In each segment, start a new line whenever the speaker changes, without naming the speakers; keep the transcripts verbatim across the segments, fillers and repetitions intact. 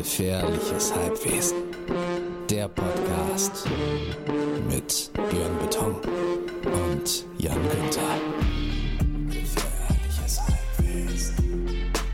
Gefährliches Halbwesen. Der Podcast mit Björn Beton und Jan Günther. Gefährliches Halbwesen.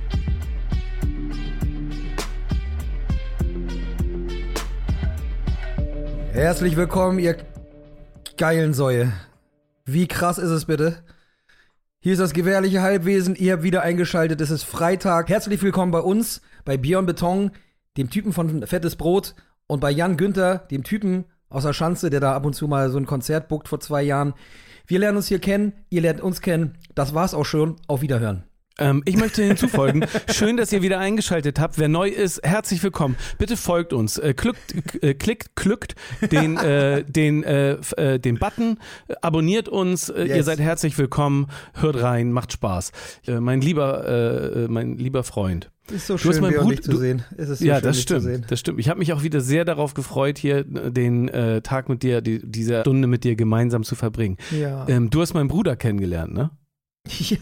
Herzlich willkommen, ihr geilen Säue. Wie krass ist es bitte? Hier ist das gefährliche Halbwesen, ihr habt wieder eingeschaltet, es ist Freitag. Herzlich willkommen bei uns, bei Björn Beton, dem Typen von Fettes Brot, und bei Jan Günther, dem Typen aus der Schanze, der da ab und zu mal so ein Konzert bookt vor zwei Jahren. Wir lernen uns hier kennen, ihr lernt uns kennen. Das war's auch schon. Auf Wiederhören.
Ähm, ich möchte hinzufolgen, schön, dass ihr wieder eingeschaltet habt. Wer neu ist, herzlich willkommen. Bitte folgt uns. Äh, klickt, äh, klickt, klickt den, äh, den, äh, äh, den Button, äh, abonniert uns. Äh,
Yes.
Ihr seid herzlich willkommen. Hört rein, macht Spaß. Äh, mein lieber, äh, mein lieber Freund.
Ist so
Du
schön,
hast meinen
Björn,
Brut-
dich zu
du-
sehen. Es ist so
Ja,
schön,
das
dich zu sehen.
stimmt. Das stimmt. Ich habe mich auch wieder sehr darauf gefreut, hier den äh, Tag mit dir, die, diese Stunde mit dir gemeinsam zu verbringen.
Ja.
Ähm, du hast meinen Bruder kennengelernt, ne?
ja.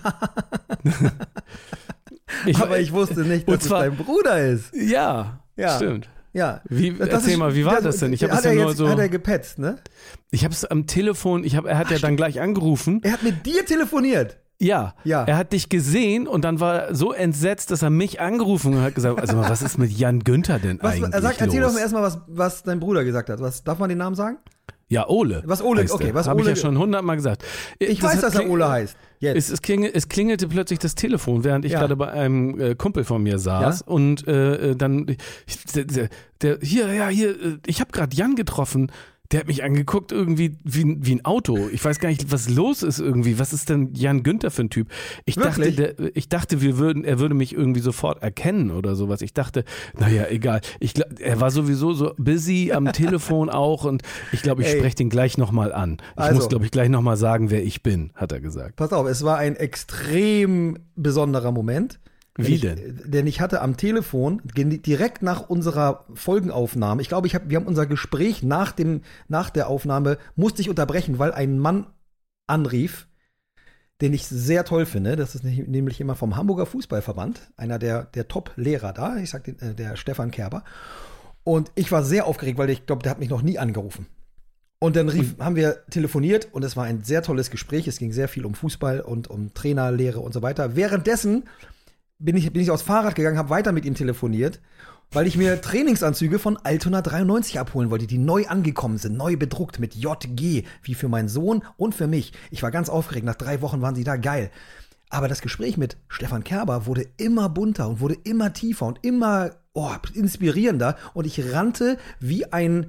Ich,
Aber ich wusste nicht,
und
dass
zwar-
es dein Bruder ist.
Ja,
Ja.
stimmt.
Ja.
Wie,
Das
erzähl
ist-
mal, wie war
das-
das denn? Ich habe
hat
es ja
er
nur
jetzt,
so.
Hat er gepetzt, ne?
Ich habe es am Telefon, ich hab, er hat ja dann gleich angerufen.
Er hat mit dir telefoniert.
Ja,
Ja.
er hat dich gesehen und dann war er so entsetzt, dass er mich angerufen hat und hat gesagt, also mal, was ist mit Jan Günther denn
Was,
eigentlich
er sagt, erzähl
los?
doch mal erstmal, was, was dein Bruder gesagt hat. Was, darf man den Namen sagen?
Ja, Ole.
Was Ole-
heißt
okay,
er.
was
Habe ich
Ole-
ja schon hundertmal gesagt.
Ich
Das
weiß,
hat
dass er
kling-
Ole heißt. Jetzt.
Es, es, klingel, es klingelte plötzlich das Telefon, während ich
Ja.
gerade bei einem äh, Kumpel von mir saß.
Ja?
Und äh, dann, ich, der, der, der, hier, ja, hier, äh, ich habe gerade Jan getroffen. Der hat mich angeguckt irgendwie wie, wie ein Auto. Ich weiß gar nicht, was los ist irgendwie. Was ist denn Jan Günther für ein Typ? Ich
Wirklich?
dachte, der, ich dachte, wir würden, er würde mich irgendwie sofort erkennen oder sowas. Ich dachte, naja, egal. Ich glaub, er war sowieso so busy am Telefon auch und ich glaube, ich
Ey.
spreche den gleich nochmal an. Ich
Also.
muss, glaube ich, gleich nochmal sagen, wer ich bin, hat er gesagt.
Pass auf, es war ein extrem besonderer Moment.
Wie
ich,
denn?
Denn ich hatte am Telefon, gen- direkt nach unserer Folgenaufnahme, ich glaube, ich hab, wir haben unser Gespräch nach, dem, nach der Aufnahme, musste ich unterbrechen, weil ein Mann anrief, den ich sehr toll finde. Das ist nicht- nämlich immer vom Hamburger Fußballverband, einer der, der Top-Lehrer da, ich sag den, äh, der Stefan Kerber. Und ich war sehr aufgeregt, weil ich glaube, der hat mich noch nie angerufen. Und dann rief, haben wir telefoniert und es war ein sehr tolles Gespräch. Es ging sehr viel um Fußball und um Trainerlehre und so weiter. Währenddessen bin ich, bin ich aufs Fahrrad gegangen, habe weiter mit ihm telefoniert, weil ich mir Trainingsanzüge von Altona dreiundneunzig abholen wollte, die neu angekommen sind, neu bedruckt mit J G, wie für meinen Sohn und für mich. Ich war ganz aufgeregt, nach drei Wochen waren sie da, geil. Aber das Gespräch mit Stefan Kerber wurde immer bunter und wurde immer tiefer und immer oh, inspirierender. Und ich rannte wie ein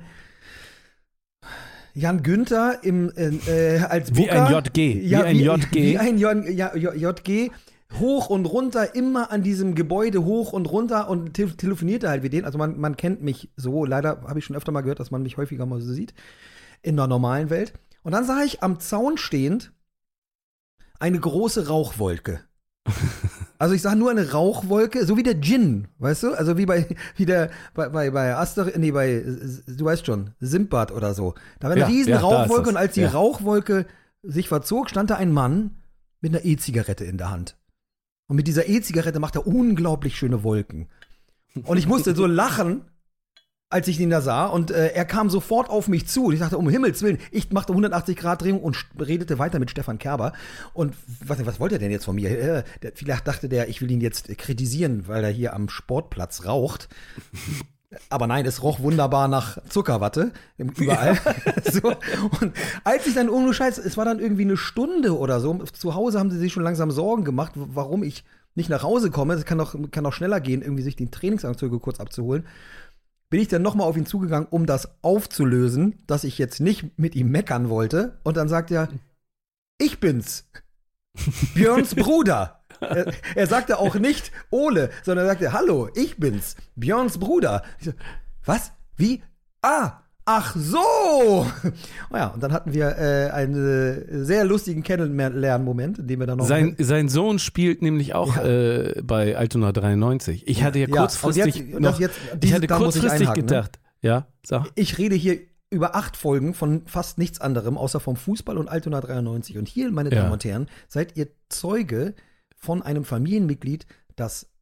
Jan Günther im, äh, als
Wie
Booker.
ein J G,
Ja,
wie ein J G.
Wie ein J, ja, J, J G. Hoch und runter, immer an diesem Gebäude hoch und runter und te telefonierte halt wie den. Also man, man kennt mich so. Leider habe ich schon öfter mal gehört, dass man mich häufiger mal so sieht. In der normalen Welt. Und dann sah ich am Zaun stehend eine große Rauchwolke. Also ich sah nur eine Rauchwolke, so wie der Djinn, weißt du? Also wie bei, wie der, bei, bei, bei Aster, nee, bei, du weißt schon, Simbad oder so. Da war eine
Ja,
riesen
ja, da ist
Rauchwolke
das.
und als die
Ja.
Rauchwolke sich verzog, stand da ein Mann mit einer E-Zigarette in der Hand. Und mit dieser E-Zigarette macht er unglaublich schöne Wolken. Und ich musste so lachen, als ich ihn da sah. Und äh, er kam sofort auf mich zu. Und ich dachte, um Himmels Willen, ich machte hundertachtzig Grad Drehung und redete weiter mit Stefan Kerber. Und was, was wollte er denn jetzt von mir? Äh, der, vielleicht dachte der, ich will ihn jetzt kritisieren, weil er hier am Sportplatz raucht. Aber nein, es roch wunderbar nach Zuckerwatte, überall. So. Und als ich dann, ohne Scheiß, es war dann irgendwie eine Stunde oder so, zu Hause haben sie sich schon langsam Sorgen gemacht, warum ich nicht nach Hause komme. Das kann doch, kann doch schneller gehen, irgendwie sich die Trainingsanzüge kurz abzuholen. Bin ich dann nochmal auf ihn zugegangen, um das aufzulösen, dass ich jetzt nicht mit ihm meckern wollte. Und dann sagt er, ich bin's. Björns Bruder. Er, er sagte auch nicht Ole, sondern er sagte, hallo, ich bin's, Björns Bruder. Ich so, was? Wie? Ah, ach so. Oh ja, und dann hatten wir äh, einen sehr lustigen Kennenlernmoment, in dem wir dann noch
Sein, sein Sohn spielt nämlich auch
Ja.
äh, bei Altona dreiundneunzig. Ich hatte ja
Ja,
kurzfristig
und jetzt- und
noch,
das jetzt-
ich
diese-
hatte
da muss ich
kurzfristig
einhaken, ne?
gedacht, ja, sag.
Ich rede hier über acht Folgen von fast nichts anderem, außer vom Fußball und Altona dreiundneunzig. Und hier, meine
Ja.
Damen und Herren, seid ihr Zeuge von einem Familienmitglied, das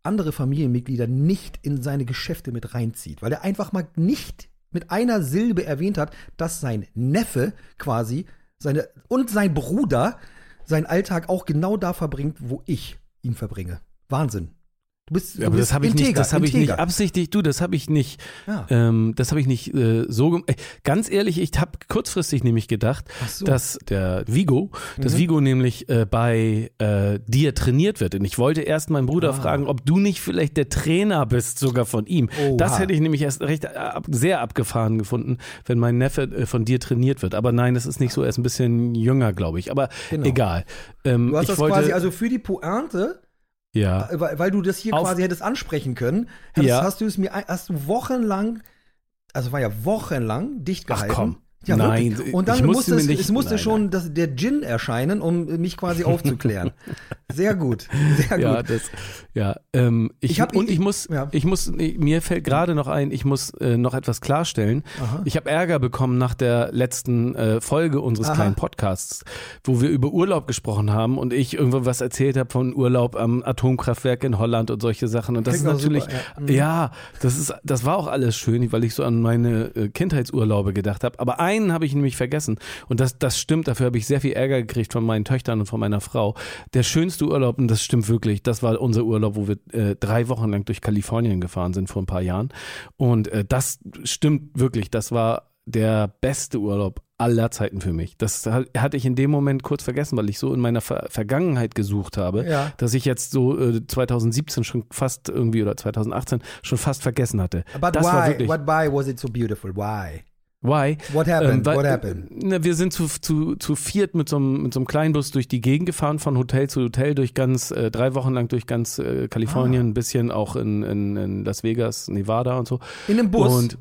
andere Familienmitglieder nicht in seine Geschäfte mit reinzieht, weil er einfach mal nicht mit einer Silbe erwähnt hat, dass sein Neffe quasi seine und sein Bruder seinen Alltag auch genau da verbringt, wo ich ihn verbringe. Wahnsinn. Du bist,
ja, aber
du bist
das habe ich
integer,
nicht, das habe ich nicht
integer.
absichtlich, du, das habe ich nicht,
Ja.
ähm, das habe ich nicht äh, so gemacht. Ganz ehrlich, ich habe kurzfristig nämlich gedacht,
Ach so.
dass der Vigo, dass
Mhm.
Vigo nämlich äh, bei äh, dir trainiert wird. Und ich wollte erst meinen Bruder
Ah.
fragen, ob du nicht vielleicht der Trainer bist, sogar von ihm.
Oha.
Das hätte ich nämlich erst recht ab, sehr abgefahren gefunden, wenn mein Neffe äh, von dir trainiert wird. Aber nein, das ist nicht so, er ist ein bisschen jünger, glaube ich. Aber
Genau.
egal. Ähm,
Du hast
ich
das
wollte,
quasi, also für die Pointe,
ja.
weil, weil du das hier
Auf-
quasi hättest ansprechen können, hättest,
Ja.
hast du es mir, ein- hast du wochenlang, also war ja wochenlang dicht
Ach
gehalten.
komm.
Ja,
Nein,
wirklich. Und dann
ich musste
musste es,
mir nicht-
es musste
nein,
schon das, der Djinn erscheinen, um mich quasi aufzuklären. Sehr gut, sehr gut.
Ja, das, ja, ähm, ich,
Ich hab-
und
ich-
ich muss,
ja.
ich muss, mir fällt gerade noch ein, ich muss äh, noch etwas klarstellen.
Aha.
Ich habe Ärger bekommen nach der letzten äh, Folge unseres
Aha.
kleinen Podcasts, wo wir über Urlaub gesprochen haben und ich irgendwo was erzählt habe von Urlaub am Atomkraftwerk in Holland und solche Sachen. Und das
Klingt
ist
auch
natürlich,
super, ja. Mhm.
ja, das ist, das war auch alles schön, weil ich so an meine äh, Kindheitsurlaube gedacht habe. Aber einen habe ich nämlich vergessen und das, das stimmt. Dafür habe ich sehr viel Ärger gekriegt von meinen Töchtern und von meiner Frau. Der schönste Urlaub, und das stimmt wirklich, das war unser Urlaub, wo wir äh, drei Wochen lang durch Kalifornien gefahren sind vor ein paar Jahren. Und äh, das stimmt wirklich. Das war der beste Urlaub aller Zeiten für mich. Das ha- hatte ich in dem Moment kurz vergessen, weil ich so in meiner Ver- Vergangenheit gesucht habe,
Ja.
dass ich jetzt so äh, zwanzig siebzehn schon fast irgendwie oder zwanzig achtzehn schon fast vergessen hatte.
But
das war
why,
wirklich.
what, why was it so beautiful? Why?
Why?
What happened?
Ähm, weil,
What happened?
äh, ne, wir sind zu, zu, zu viert mit so, einem, mit so einem Kleinbus durch die Gegend gefahren, von Hotel zu Hotel, durch ganz, äh, drei Wochen lang durch ganz äh, Kalifornien,
Ah.
ein bisschen auch in, in, in Las Vegas, Nevada und so.
In einem Bus?
Und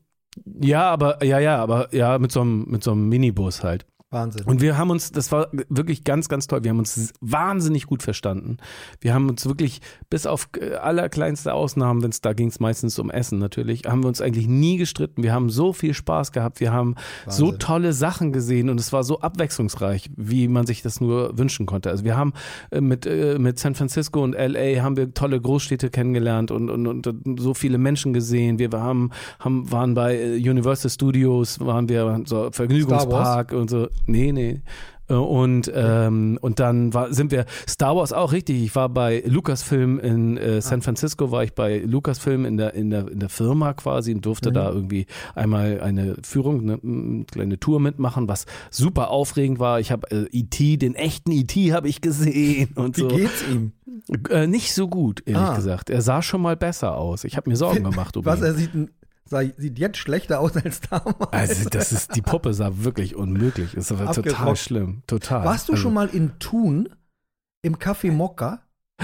ja, aber, ja, ja, aber ja, mit so einem, mit so einem Minibus halt.
Wahnsinn.
Und wir haben uns, das war wirklich ganz, ganz toll. Wir haben uns wahnsinnig gut verstanden. Wir haben uns wirklich bis auf äh, allerkleinste Ausnahmen, wenn es da ging es meistens um Essen natürlich, haben wir uns eigentlich nie gestritten. Wir haben so viel Spaß gehabt. Wir haben so
Wahnsinn.
tolle Sachen gesehen und es war so abwechslungsreich, wie man sich das nur wünschen konnte. Also wir haben äh, mit, äh, mit San Francisco und L A haben wir tolle Großstädte kennengelernt und, und, und so viele Menschen gesehen. Wir haben, haben waren bei äh, Universal Studios, waren wir so Vergnügungspark und so. Nee, nee. Äh, Und, ähm, und dann war, sind wir, Star Wars auch richtig, ich war bei Lucasfilm in äh, San Francisco, war ich bei Lucasfilm in der, in der, in der Firma quasi und durfte
Mhm.
da irgendwie einmal eine Führung, eine, eine kleine Tour mitmachen, was super aufregend war. Ich habe äh, E T, den echten E T habe ich gesehen und
Wie
so.
geht's ihm?
Äh, nicht so gut, ehrlich
Ah.
gesagt. Er sah schon mal besser aus. Ich habe mir Sorgen gemacht um
Was,
ihn.
er sieht, sah- sieht jetzt schlechter aus als damals.
Also das ist, die Puppe sah wirklich unmöglich. Das war total
Abgerockt.
schlimm. Total.
Warst du
also,
schon mal in Thun im Café Mokka?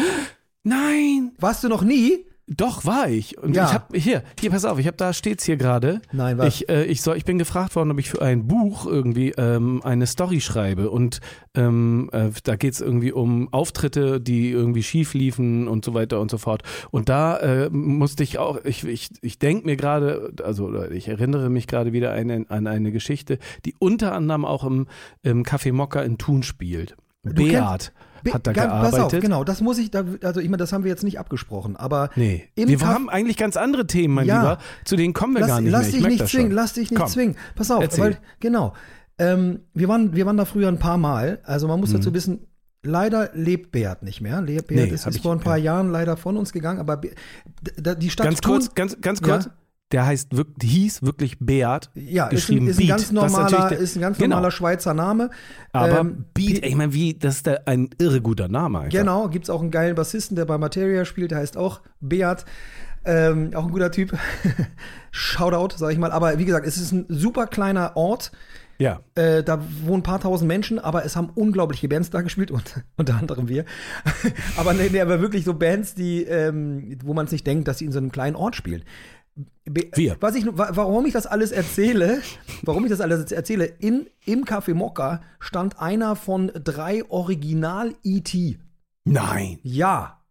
Nein!
Warst du noch nie?
Doch, war ich. Und
Ja.
ich habe hier, hier, pass auf, ich habe da steht's hier gerade.
Nein, was?
Ich, äh, ich, soll, ich bin gefragt worden, ob ich für ein Buch irgendwie ähm, eine Story schreibe. Und ähm, äh, da geht's irgendwie um Auftritte, die irgendwie schief liefen und so weiter und so fort. Und da äh, musste ich auch, ich, ich, ich denke mir gerade, also oder ich erinnere mich gerade wieder an, an eine Geschichte, die unter anderem auch im, im Café Mokka in Thun spielt.
Du
Beat
Be-
hat da
ganz-
gearbeitet.
Pass auf, genau, das muss ich, da, also ich meine, das haben wir jetzt nicht abgesprochen, aber
Nee,
Im
wir
Kaff-
haben eigentlich ganz andere Themen, mein
Ja.
Lieber. Zu denen kommen wir
lass,
gar nicht
lass
mehr. Ich
dich
merk
nicht
das
zwingen,
schon.
lass dich nicht
Komm,
zwingen. Pass auf,
erzähl.
weil, genau, ähm, wir, waren, wir waren da früher ein paar Mal, also man muss
Mhm.
dazu wissen, leider lebt Beat nicht mehr. Le- Beat
Nee,
ist,
hab
ist
ich-
vor ein paar
ja.
Jahren leider von uns gegangen, aber Be- d- die Stadt
Ganz
Thun,
kurz, ganz, ganz kurz.
Ja?
Der heißt, wirk- hieß wirklich Beat.
ja, ist ein,
geschrieben
ist ein
Beat,
ganz
was
normaler,
natürlich der-
ist ein ganz
genau.
normaler Schweizer Name.
Aber
Ähm,
Beat,
Pe-
ich meine, wie, das ist der, ein irre guter Name einfach.
Genau, gibt's auch einen geilen Bassisten, der bei Materia spielt, der heißt auch Beat. Ähm, auch ein guter Typ. Shoutout, sag ich mal. Aber wie gesagt, es ist ein super kleiner Ort.
Ja.
Äh, da wohnen ein paar tausend Menschen, aber es haben unglaubliche Bands da gespielt, und, unter anderem wir. aber nee, nee, aber wirklich so Bands, die, ähm, wo man es nicht denkt, dass sie in so einem kleinen Ort spielen. Be
Wir.
Was ich, wa- warum ich das alles erzähle, warum ich das alles erzähle, in, im Café Mokka stand einer von drei Original-E T.
Nein.
Ja.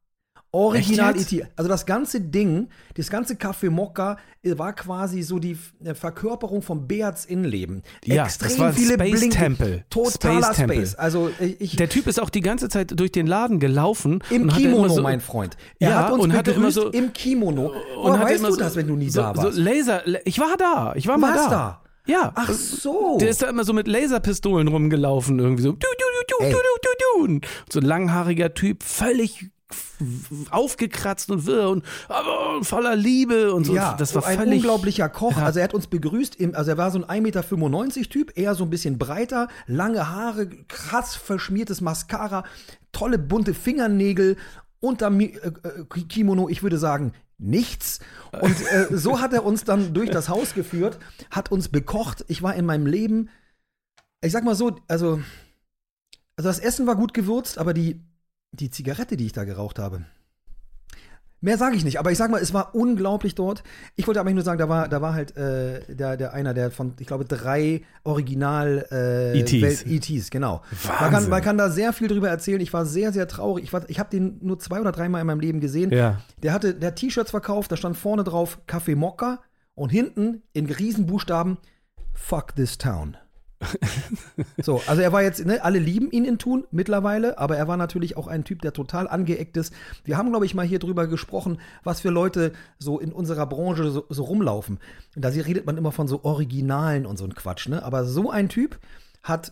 Original
Echt
E
jetzt?
T. Also das ganze Ding, das ganze Café Mokka äh, war quasi so die äh, Verkörperung vom Beats Innenleben.
Ja,
Extrem
das war ein
viele
Space
Blinken.
Temple.
Totaler
Space Temple.
Space. Also ich, ich
Der Typ ist auch die ganze Zeit durch den Laden gelaufen.
im
und hatte
Kimono,
immer so,
mein Freund. Er
Ja,
hat uns
und hatte
begrüßt
immer so-
im Kimono.
und
Woher
hatte
weißt
immer
du
so,
das, wenn du nie
so,
da
so
warst?
Laser, ich war da, ich war
Du
mal
warst
da.
da?
Ja.
Ach so.
Der ist da immer so mit Laserpistolen rumgelaufen, irgendwie so. Du, du, du, du,
Ey.
du, du, du, du. So ein langhaariger Typ, völlig aufgekratzt und wirr und aber voller Liebe und so.
Ja,
das war
ein
völlig
unglaublicher Koch.
Ja.
Also er hat uns begrüßt, im, also er war so ein ein Meter fünfundneunzig Typ, eher so ein bisschen breiter, lange Haare, krass verschmiertes Mascara, tolle bunte Fingernägel, unterm Mi- äh, äh, Kimono, ich würde sagen, nichts. Und äh, so hat er uns dann durch das Haus geführt, hat uns bekocht. Ich war in meinem Leben, ich sag mal so, also, also das Essen war gut gewürzt, aber die, die Zigarette, die ich da geraucht habe, mehr sage ich nicht, aber ich sag mal, es war unglaublich dort. Ich wollte aber nur sagen, da war, da war halt äh, der, der einer, der von, ich glaube, drei Original äh,
E Ts.
Welt- E Ts, genau. Man kann,
Wahnsinn.
man kann da sehr viel drüber erzählen. Ich war sehr, sehr traurig. Ich, war- ich habe den nur zwei oder dreimal in meinem Leben gesehen.
Ja.
Der hatte, der hat T-Shirts verkauft, da stand vorne drauf Café Mokka und hinten in Riesenbuchstaben Fuck this town. So, also er war jetzt, ne, alle lieben ihn in Thun mittlerweile, aber er war natürlich auch ein Typ, der total angeeckt ist. Wir haben, glaube ich, mal hier drüber gesprochen, was für Leute so in unserer Branche so, so rumlaufen. Und da redet man immer von so Originalen und so ein Quatsch, ne? Aber so ein Typ hat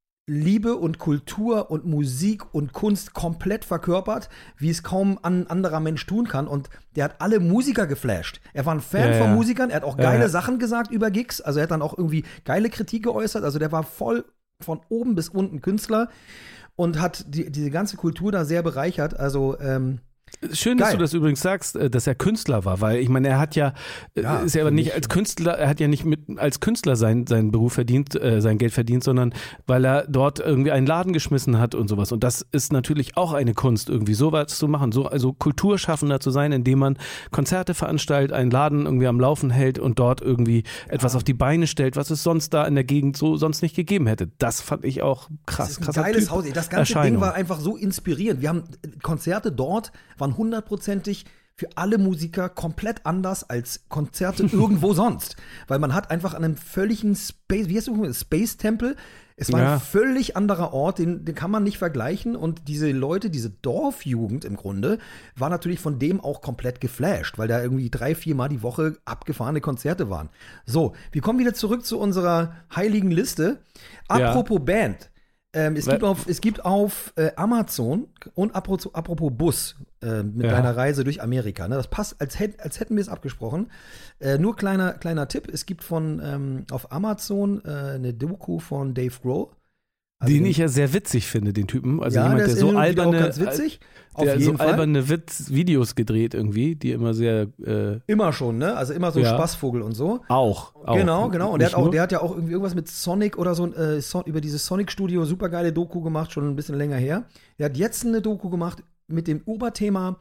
Liebe und Kultur und Musik und Kunst komplett verkörpert, wie es kaum ein anderer Mensch tun kann. Und der hat alle Musiker geflasht. Er war ein Fan
Ja,
von
ja.
Musikern, er hat auch
Ja,
geile
ja.
Sachen gesagt über Gigs. Also er hat dann auch irgendwie geile Kritik geäußert. Also der war voll von oben bis unten Künstler und hat die, diese ganze Kultur da sehr bereichert. Also ähm,
Schön, dass
Geil.
du das übrigens sagst, äh, dass er Künstler war, weil ich meine, er hat ja, äh,
Ja,
ist ja aber
für
nicht
mich-
als Künstler, er hat ja nicht mit als Künstler sein, seinen Beruf verdient, äh, sein Geld verdient, sondern weil er dort irgendwie einen Laden geschmissen hat und sowas. Und das ist natürlich auch eine Kunst, irgendwie sowas zu machen, so also Kulturschaffender zu sein, indem man Konzerte veranstaltet, einen Laden irgendwie am Laufen hält und dort irgendwie etwas auf die Beine stellt, was es sonst da in der Gegend so sonst nicht gegeben hätte. Das fand ich auch krass.
Das ist ein
krasser
geiles
Typ.
Haus. Das ganze
Erscheinung.
Ding war einfach so inspirierend. Wir haben äh, Konzerte dort, waren hundertprozentig für alle Musiker komplett anders als Konzerte irgendwo sonst. Weil man hat einfach an einem völligen Space, wie heißt das, Space Tempel, es war
Ja.
ein völlig anderer Ort, den, den kann man nicht vergleichen. Und diese Leute, diese Dorfjugend im Grunde, war natürlich von dem auch komplett geflasht, weil da irgendwie drei, vier Mal die Woche abgefahrene Konzerte waren. So, wir kommen wieder zurück zu unserer heiligen Liste.
Ja.
Apropos Band. Ähm, es,
Weil-
gibt auf, es gibt auf äh, Amazon, und apropos, apropos Bus, äh, mit
Ja.
deiner Reise durch Amerika, ne? Das passt, als, hätt, als hätten wir es abgesprochen. Äh, nur kleiner, kleiner Tipp, es gibt von ähm, auf Amazon äh, eine Doku von Dave Grohl. Also
Den
den-
ich ja sehr witzig finde, den Typen. Also
ja,
jemand,
der
der
ist
so
hin und wieder
alberne,
auch ganz witzig. Auf
der
jeden
so
Fall.
alberne Witz-Videos gedreht irgendwie, die immer sehr äh,
Immer schon, ne? Also immer so
Ja.
Spaßvogel und so.
auch, auch.
Genau, genau. Und der
Nicht
hat, auch,
nur.
der hat ja auch irgendwie irgendwas mit Sonic oder so, äh, Son über dieses Sonic-Studio, supergeile Doku gemacht, schon ein bisschen länger her. Der hat jetzt eine Doku gemacht mit dem Oberthema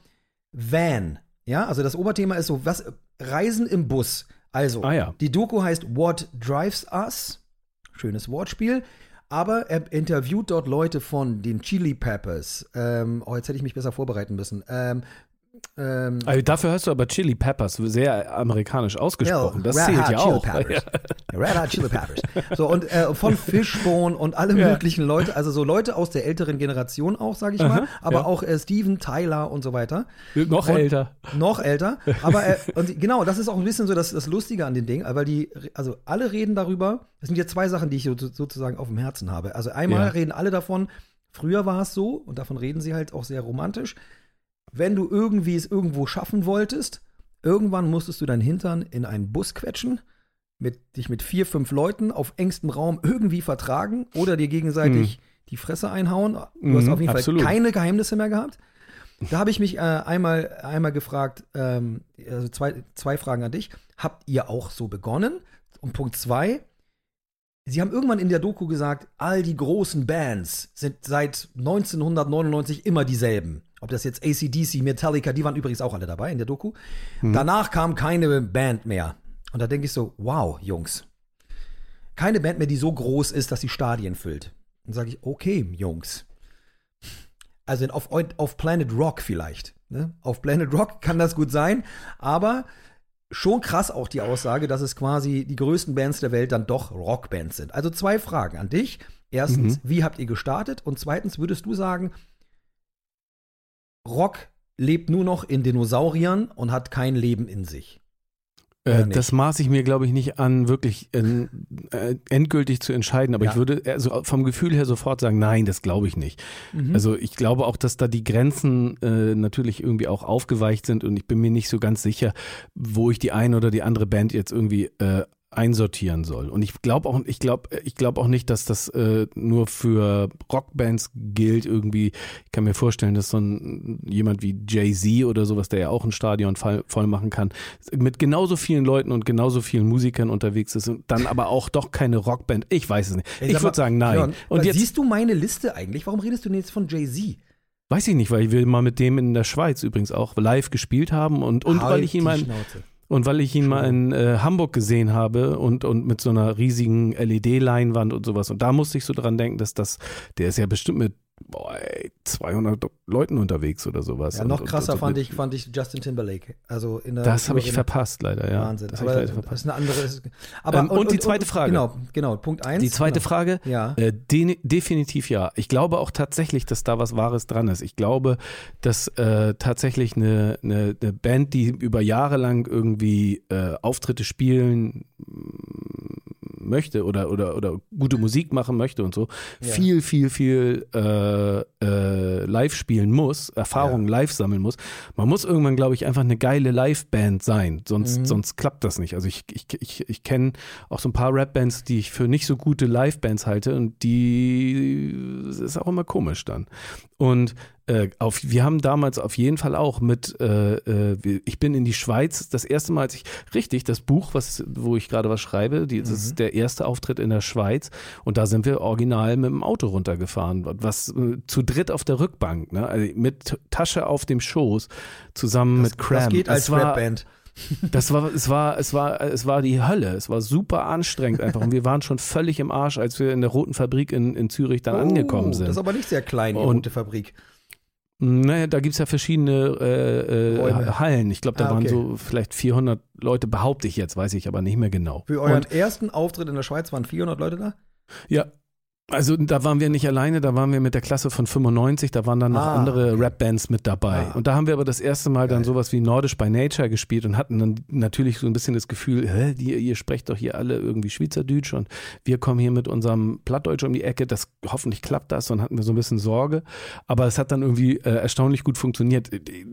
Van. Ja, also das Oberthema ist so, was, Reisen im Bus. Also,
Ah, ja.
die Doku heißt What Drives Us? Schönes Wortspiel. Aber er interviewt dort Leute von den Chili Peppers. Ähm, oh, jetzt hätte ich mich besser vorbereiten müssen. Ähm, ähm,
Also dafür hast du aber Chili Peppers sehr amerikanisch ausgesprochen. Das
Red
zählt
Hot
ja
Chili
auch.
Peppers. Red Hot Chili Peppers. So, und äh, von Fishbone und alle
Ja.
möglichen Leute, also so Leute aus der älteren Generation auch, sage ich mal,
Aha,
aber
ja.
auch äh, Steven Tyler und so weiter.
Noch
Und-
älter.
Noch älter. Aber äh, und die- genau, das ist auch ein bisschen so das, das Lustige an den Ding, weil die, also alle reden darüber, das sind jetzt zwei Sachen, die ich so, sozusagen auf dem Herzen habe. Also einmal
Ja.
reden alle davon, früher war es so, und davon reden sie halt auch sehr romantisch, wenn du irgendwie es irgendwo schaffen wolltest, irgendwann musstest du deinen Hintern in einen Bus quetschen, mit, dich mit vier, fünf Leuten auf engstem Raum irgendwie vertragen oder dir gegenseitig die Fresse einhauen. Du hast
Mhm,
auf jeden
absolut.
Fall keine Geheimnisse mehr gehabt. Da habe ich mich äh, einmal, einmal gefragt, ähm, also zwei, zwei Fragen an dich. Habt ihr auch so begonnen? Und Punkt zwei, Sie haben irgendwann in der Doku gesagt, all die großen Bands sind seit neunzehnhundertneunundneunzig immer dieselben. Ob das jetzt A C D C, Metallica, die waren übrigens auch alle dabei in der Doku. Danach kam keine Band mehr. Und da denke ich so, wow, Jungs. Keine Band mehr, die so groß ist, dass sie Stadien füllt. Dann sage ich, okay, Jungs. Also auf, auf Planet Rock vielleicht. Ne? Auf Planet Rock kann das gut sein, aber schon krass auch die Aussage, dass es quasi die größten Bands der Welt dann doch Rockbands sind. Also zwei Fragen an dich. Erstens, mhm. wie habt ihr gestartet? Und zweitens, würdest du sagen, Rock lebt nur noch in Dinosauriern und hat kein Leben in sich?
Äh, das maß ich mir, glaube ich, nicht an, wirklich äh, äh, endgültig zu entscheiden. Aber ja. ich würde also vom Gefühl her sofort sagen, nein, das glaube ich nicht. Mhm. Also ich glaube auch, dass da die Grenzen äh, natürlich irgendwie auch aufgeweicht sind. Und ich bin mir nicht so ganz sicher, wo ich die eine oder die andere Band jetzt irgendwie äh, einsortieren soll. Und ich glaube auch, ich glaube, ich glaube auch nicht, dass das äh, nur für Rockbands gilt. Irgendwie, ich kann mir vorstellen, dass so ein jemand wie Jay-Z oder sowas, der ja auch ein Stadion voll, voll machen kann, mit genauso vielen Leuten und genauso vielen Musikern unterwegs ist und dann aber auch doch keine Rockband. Ich weiß es nicht. Ich, ich würde sagen, nein.
Jörn,
und jetzt
siehst du meine Liste eigentlich? Warum redest du denn jetzt von Jay-Z?
Weiß ich nicht, weil wir mal mit dem in der Schweiz übrigens auch live gespielt haben und, und
halt
weil ich ihn mal Und weil ich ihn mal in äh, Hamburg gesehen habe und, und mit so einer riesigen L E D-Leinwand und sowas. Und da musste ich so dran denken, dass das, der ist ja bestimmt mit boah, ey, zweihundert Leuten unterwegs oder sowas.
Ja, noch
und,
krasser
und, und,
fand, ich, fand ich Justin Timberlake. Also in der
das habe ich verpasst, leider, ja.
Wahnsinn.
Das,
aber
leider
das
verpasst.
ist eine andere. Aber,
ähm, und,
und,
und die zweite
und,
Frage.
Genau, genau, Punkt eins.
Die zweite
genau.
Frage,
ja.
äh, de- definitiv ja. Ich glaube auch tatsächlich, dass da was Wahres dran ist. Ich glaube, dass äh, tatsächlich eine, eine, eine Band, die über Jahre lang irgendwie äh, Auftritte spielen möchte oder, oder, oder gute Musik machen möchte und so, ja. viel, viel, viel äh, äh, live spielen muss, Erfahrungen ja. live sammeln muss. Man muss irgendwann, glaube ich, einfach eine geile Live-Band sein, sonst, mhm. sonst klappt das nicht. Also ich, ich, ich, ich kenne auch so ein paar Rap-Bands, die ich für nicht so gute Live-Bands halte und die das ist auch immer komisch dann. Und äh, auf, wir haben damals auf jeden Fall auch mit, äh, äh, ich bin in die Schweiz, das erste Mal, als ich, richtig, das Buch, was, wo ich gerade was schreibe, die, das mhm. ist der erste Auftritt in der Schweiz und da sind wir original mit dem Auto runtergefahren, was äh, zu dritt auf der Rückbank, ne? Also mit Tasche auf dem Schoß, zusammen
das,
mit Cram.
Das geht als
das war,
Rapband.
Das war, es war, es war, es war die Hölle. Es war super anstrengend einfach. Und wir waren schon völlig im Arsch, als wir in der Roten Fabrik in, in Zürich dann oh, angekommen sind.
Das ist aber nicht sehr klein, die
und,
Rote Fabrik.
Naja, da gibt es ja verschiedene äh, äh, Hallen. Ich glaube, da
ah, okay.
waren so vielleicht vierhundert Leute, behaupte ich jetzt, weiß ich aber nicht mehr genau.
Für euren
und,
ersten Auftritt in der Schweiz waren vierhundert Leute da?
Ja. Also da waren wir nicht alleine, da waren wir mit der Klasse von fünfundneunzig, da waren dann noch ah, andere okay. Rap-Bands mit dabei. Ah. Und da haben wir aber das erste Mal Geil. dann sowas wie Nordisch by Nature gespielt und hatten dann natürlich so ein bisschen das Gefühl, hä, die, ihr sprecht doch hier alle irgendwie Schweizerdeutsch und wir kommen hier mit unserem Plattdeutsch um die Ecke, das hoffentlich klappt das und hatten wir so ein bisschen Sorge. Aber es hat dann irgendwie äh, erstaunlich gut funktioniert.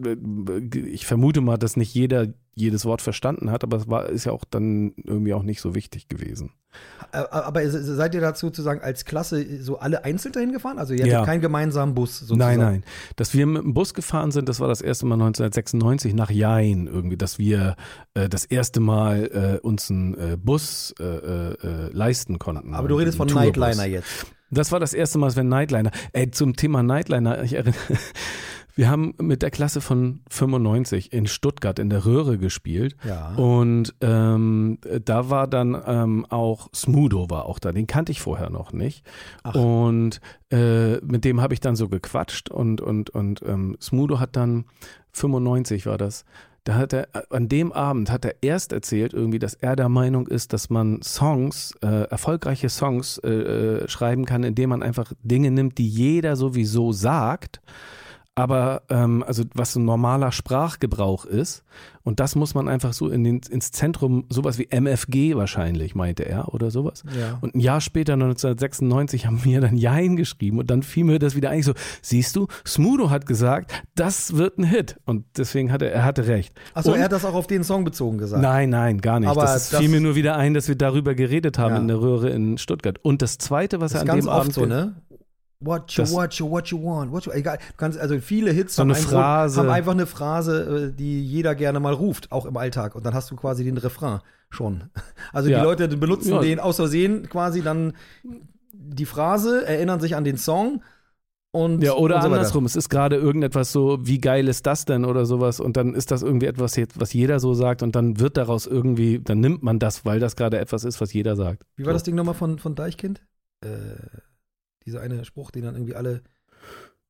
Ich vermute mal, dass nicht jeder jedes Wort verstanden hat, aber es war, ist ja auch dann irgendwie auch nicht so wichtig gewesen.
Aber seid ihr dazu sozusagen als Klasse so alle einzeln dahin gefahren? Also ihr hattet
ja.
keinen gemeinsamen Bus sozusagen?
Nein, nein. Dass wir mit dem Bus gefahren sind, das war das erste Mal neunzehnhundertsechsundneunzig nach Jain irgendwie, dass wir äh, das erste Mal äh, uns einen äh, Bus äh, äh, leisten konnten.
Aber du redest von
Tourbus.
Nightliner jetzt.
Das war das erste Mal, dass wir Nightliner. Ey, zum Thema Nightliner, ich erinnere, wir haben mit der Klasse von fünfundneunzig in Stuttgart in der Röhre gespielt
ja.
und ähm, da war dann ähm, auch Smudo war auch da, den kannte ich vorher noch nicht. Ach. Und äh, mit dem habe ich dann so gequatscht und, und, und ähm, Smudo hat dann, fünfundneunzig war das, da hat er, an dem Abend hat er erst erzählt irgendwie, dass er der Meinung ist, dass man Songs, äh, erfolgreiche Songs äh, äh, schreiben kann, indem man einfach Dinge nimmt, die jeder sowieso sagt, aber ähm, also was ein normaler Sprachgebrauch ist und das muss man einfach so in den, ins Zentrum, sowas wie M F G wahrscheinlich, meinte er oder sowas.
Ja.
Und ein Jahr später, neunzehnhundertsechsundneunzig, haben wir dann Jein geschrieben und dann fiel mir das wieder eigentlich so, siehst du, Smudo hat gesagt, das wird ein Hit und deswegen hatte er hatte recht.
Achso,
und,
er hat das auch auf den Song bezogen gesagt?
Nein, nein, gar nicht.
Aber
das, das fiel mir nur wieder ein, dass wir darüber geredet haben
ja.
in der Röhre in Stuttgart. Und das Zweite, was
das
er an
ist
dem
ganz
Abend...
oft so, ne? What you,
das,
what you, what you want, what you, egal. Du kannst, also viele Hits
so
haben,
eine Phrase.
haben einfach eine Phrase, die jeder gerne mal ruft, auch im Alltag. Und dann hast du quasi den Refrain schon. Also
ja.
die Leute benutzen
ja.
den aus Versehen quasi dann die Phrase, erinnern sich an den Song. Und,
ja, oder
und so
andersrum. Es ist gerade irgendetwas so, wie geil ist das denn oder sowas und dann ist das irgendwie etwas, was jeder so sagt und dann wird daraus irgendwie, dann nimmt man das, weil das gerade etwas ist, was jeder sagt.
Wie war
so.
das Ding nochmal von, von Deichkind? Äh, dieser eine Spruch, den dann irgendwie alle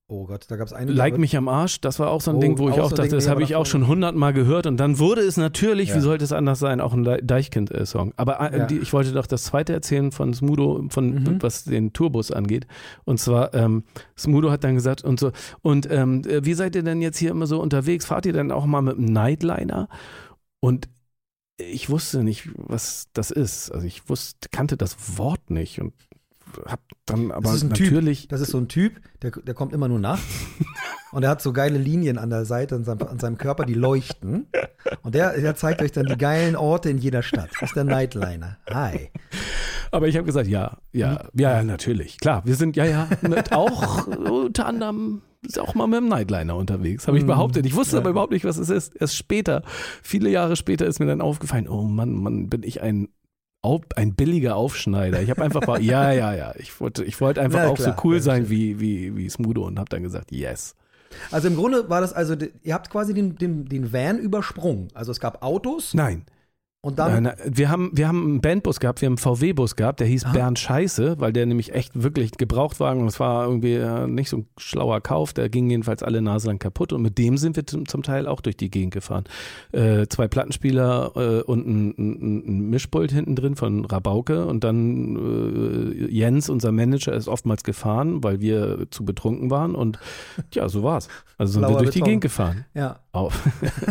Oh Gott, da gab es eine.
Like mich am Arsch, das war auch so ein
Oh,
Ding, wo ich
auch
auch
so ein
dachte,
Ding,
das
nee,
habe
aber
ich auch
davon-
schon hundertmal gehört und dann wurde es natürlich,
Ja.
wie sollte es anders sein, auch ein Le- Deichkind-Song. Aber äh,
Ja.
die, ich wollte doch das zweite erzählen von Smudo, von
Mhm.
was den Tourbus angeht. Und zwar, ähm, Smudo hat dann gesagt und so, und ähm, äh, wie seid ihr denn jetzt hier immer so unterwegs? Fahrt ihr denn auch mal mit einem Nightliner? Und ich wusste nicht, was das ist. Also ich wusste, kannte das Wort nicht und hab dann aber
Das ist ein
natürlich.
Typ. Das ist so ein Typ, der, der kommt immer nur nachts. Und er hat so geile Linien an der Seite, an seinem, an seinem Körper, die leuchten. Und der, der zeigt euch dann die geilen Orte in jeder Stadt. Das ist der Nightliner. Hi.
Aber ich habe gesagt, ja, ja, ja, ja, natürlich. Klar, wir sind ja, ja, mit auch unter anderem ist auch mal mit dem Nightliner unterwegs, habe ich
Mhm.
behauptet. Ich wusste
Ja.
aber überhaupt nicht, was es ist. Erst später, viele Jahre später ist mir dann aufgefallen, oh Mann, Mann, bin ich ein Au- ein billiger Aufschneider. Ich habe einfach mal, ja, ja, ja, ich wollte, ich wollte einfach
Na
auch
klar,
so cool
ja,
sein
stimmt.
wie, wie, wie Smudo und habe dann gesagt, yes.
Also im Grunde war das also, ihr habt quasi den, den, den Van übersprungen. Also es gab Autos
Nein.
und dann.
Nein, nein, wir haben, wir haben einen Bandbus gehabt, wir haben einen V W-Bus gehabt, der hieß
Aha.
Bernd Scheiße, weil der nämlich echt wirklich Gebrauchtwagen und es war irgendwie äh, nicht so ein schlauer Kauf, der ging jedenfalls alle Nase lang kaputt und mit dem sind wir zum, zum Teil auch durch die Gegend gefahren. Äh, zwei Plattenspieler äh, und ein, ein, ein Mischpult hinten drin von Rabauke und dann äh, Jens, unser Manager, ist oftmals gefahren, weil wir zu betrunken waren und ja, so war's. Also sind wir
Blauer
durch die
Beton.
Gegend gefahren.
Ja.
Auf.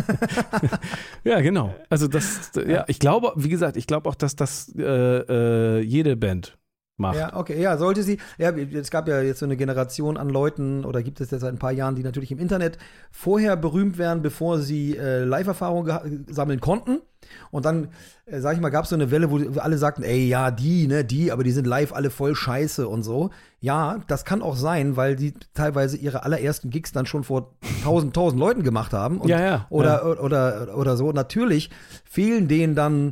Ja, genau. Also das, ja, ich glaube, wie gesagt, ich glaube auch, dass das äh, äh, jede Band macht.
Ja, okay, ja, sollte sie. Ja, es gab ja jetzt so eine Generation an Leuten, oder gibt es jetzt seit ein paar Jahren, die natürlich im Internet vorher berühmt werden, bevor sie äh, Live-Erfahrung geha- sammeln konnten. Und dann, äh, sag ich mal, gab es so eine Welle, wo alle sagten, ey, ja, die, ne, die, aber die sind live alle voll scheiße und so. Ja, das kann auch sein, weil die teilweise ihre allerersten Gigs dann schon vor tausend, tausend Leuten gemacht haben. Und,
Ja, ja,
Oder,
ja.
oder, oder, oder so. Natürlich fehlen denen dann